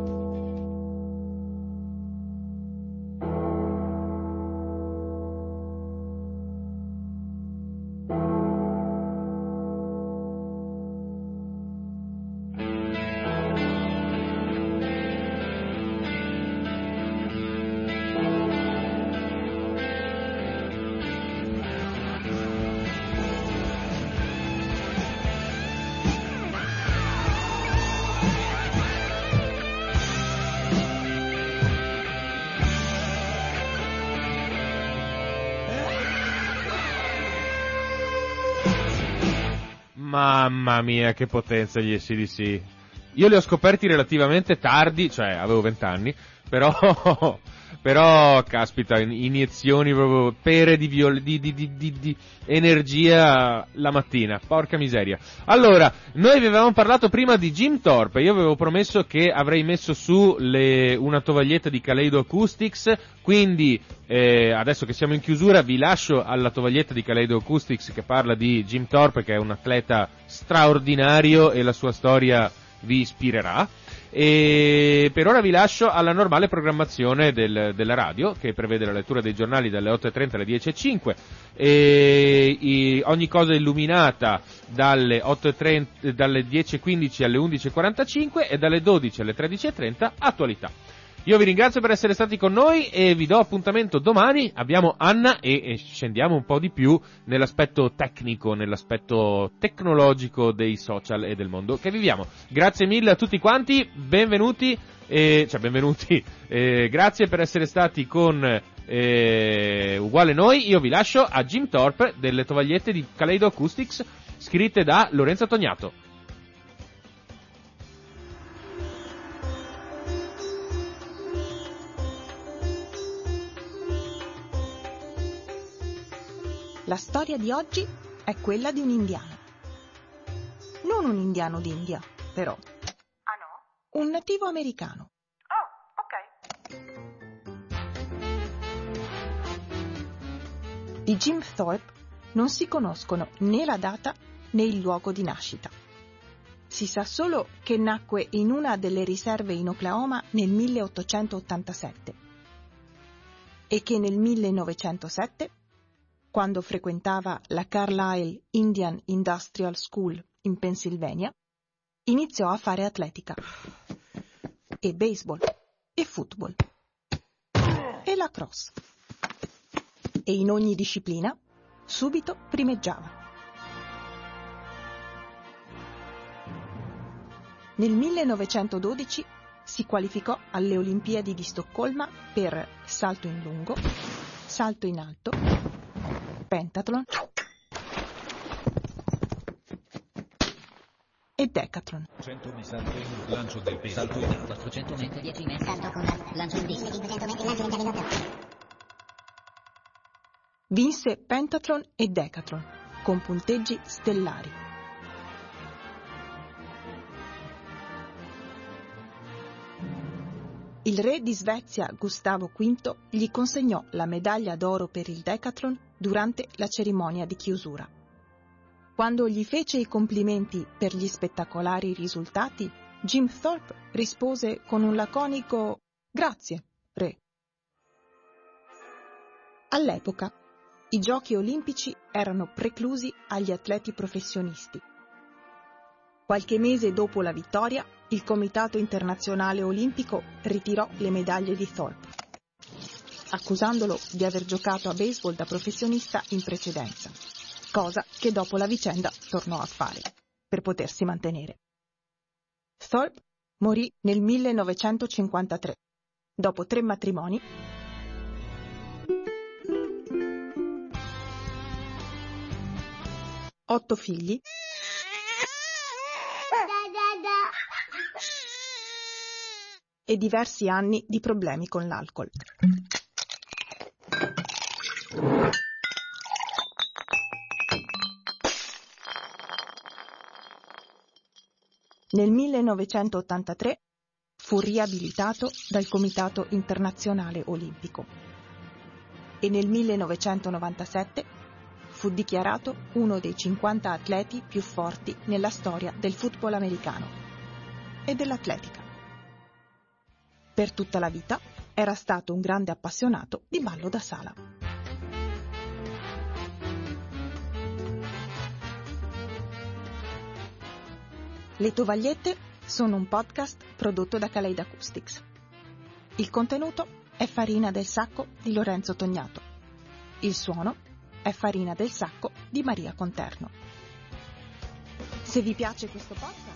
Mamma mia, che potenza gli AC/DC. Io li ho scoperti relativamente tardi, cioè avevo 20 anni, però caspita, iniezioni proprio, pere di energia la mattina, porca miseria. Allora, noi vi avevamo parlato prima di Jim Thorpe, io avevo promesso che avrei messo su una tovaglietta di Kaleido Acoustics, quindi adesso che siamo in chiusura vi lascio alla tovaglietta di Kaleido Acoustics che parla di Jim Thorpe, che è un atleta straordinario e la sua storia vi ispirerà. E per ora vi lascio alla normale programmazione della radio, che prevede la lettura dei giornali dalle 8.30 alle 10.05 e ogni cosa illuminata dalle 10.15 alle 11.45 e dalle 12 alle 13.30 attualità. Io vi ringrazio per essere stati con noi e vi do appuntamento domani. Abbiamo Anna e scendiamo un po' di più nell'aspetto tecnico, nell'aspetto tecnologico dei social e del mondo che viviamo. Grazie mille a tutti quanti, benvenuti, grazie per essere stati con Uguale Noi. Io vi lascio a Jim Thorpe delle tovagliette di Kaleido Acoustics scritte da Lorenzo Tognato. La storia di oggi è quella di un indiano. Non un indiano d'India, però. Ah no? Un nativo americano. Oh, ok. Di Jim Thorpe non si conoscono né la data né il luogo di nascita. Si sa solo che nacque in una delle riserve in Oklahoma nel 1887 e che nel 1907, quando frequentava la Carlisle Indian Industrial School in Pennsylvania, iniziò a fare atletica, e baseball, e football, e lacrosse. E in ogni disciplina subito primeggiava. Nel 1912 si qualificò alle Olimpiadi di Stoccolma per salto in lungo, salto in alto, pentathlon e decathlon. 100 metri salto in lancio del peso, salto in alto 400 metri, 10 metri salto con lancio in disco, 500 metri lancio in javelotto. Vinse pentathlon e decathlon con punteggi stellari. Il re di Svezia Gustavo V gli consegnò la medaglia d'oro per il decathlon durante la cerimonia di chiusura. Quando gli fece i complimenti per gli spettacolari risultati, Jim Thorpe rispose con un laconico «Grazie, re». All'epoca, i Giochi olimpici erano preclusi agli atleti professionisti. Qualche mese dopo la vittoria, il Comitato Internazionale Olimpico ritirò le medaglie di Thorpe, accusandolo di aver giocato a baseball da professionista in precedenza, cosa che dopo la vicenda tornò a fare, per potersi mantenere. Thorpe morì nel 1953, dopo 3 matrimoni, 8 figli e diversi anni di problemi con l'alcol. Nel 1983 fu riabilitato dal Comitato Internazionale Olimpico e nel 1997 fu dichiarato uno dei 50 atleti più forti nella storia del football americano e dell'atletica. Per tutta la vita era stato un grande appassionato di ballo da sala. Le Tovagliette sono un podcast prodotto da Kaleid Acoustics. Il contenuto è Farina del Sacco di Lorenzo Tognato. Il suono è Farina del Sacco di Maria Conterno. Se vi piace questo podcast,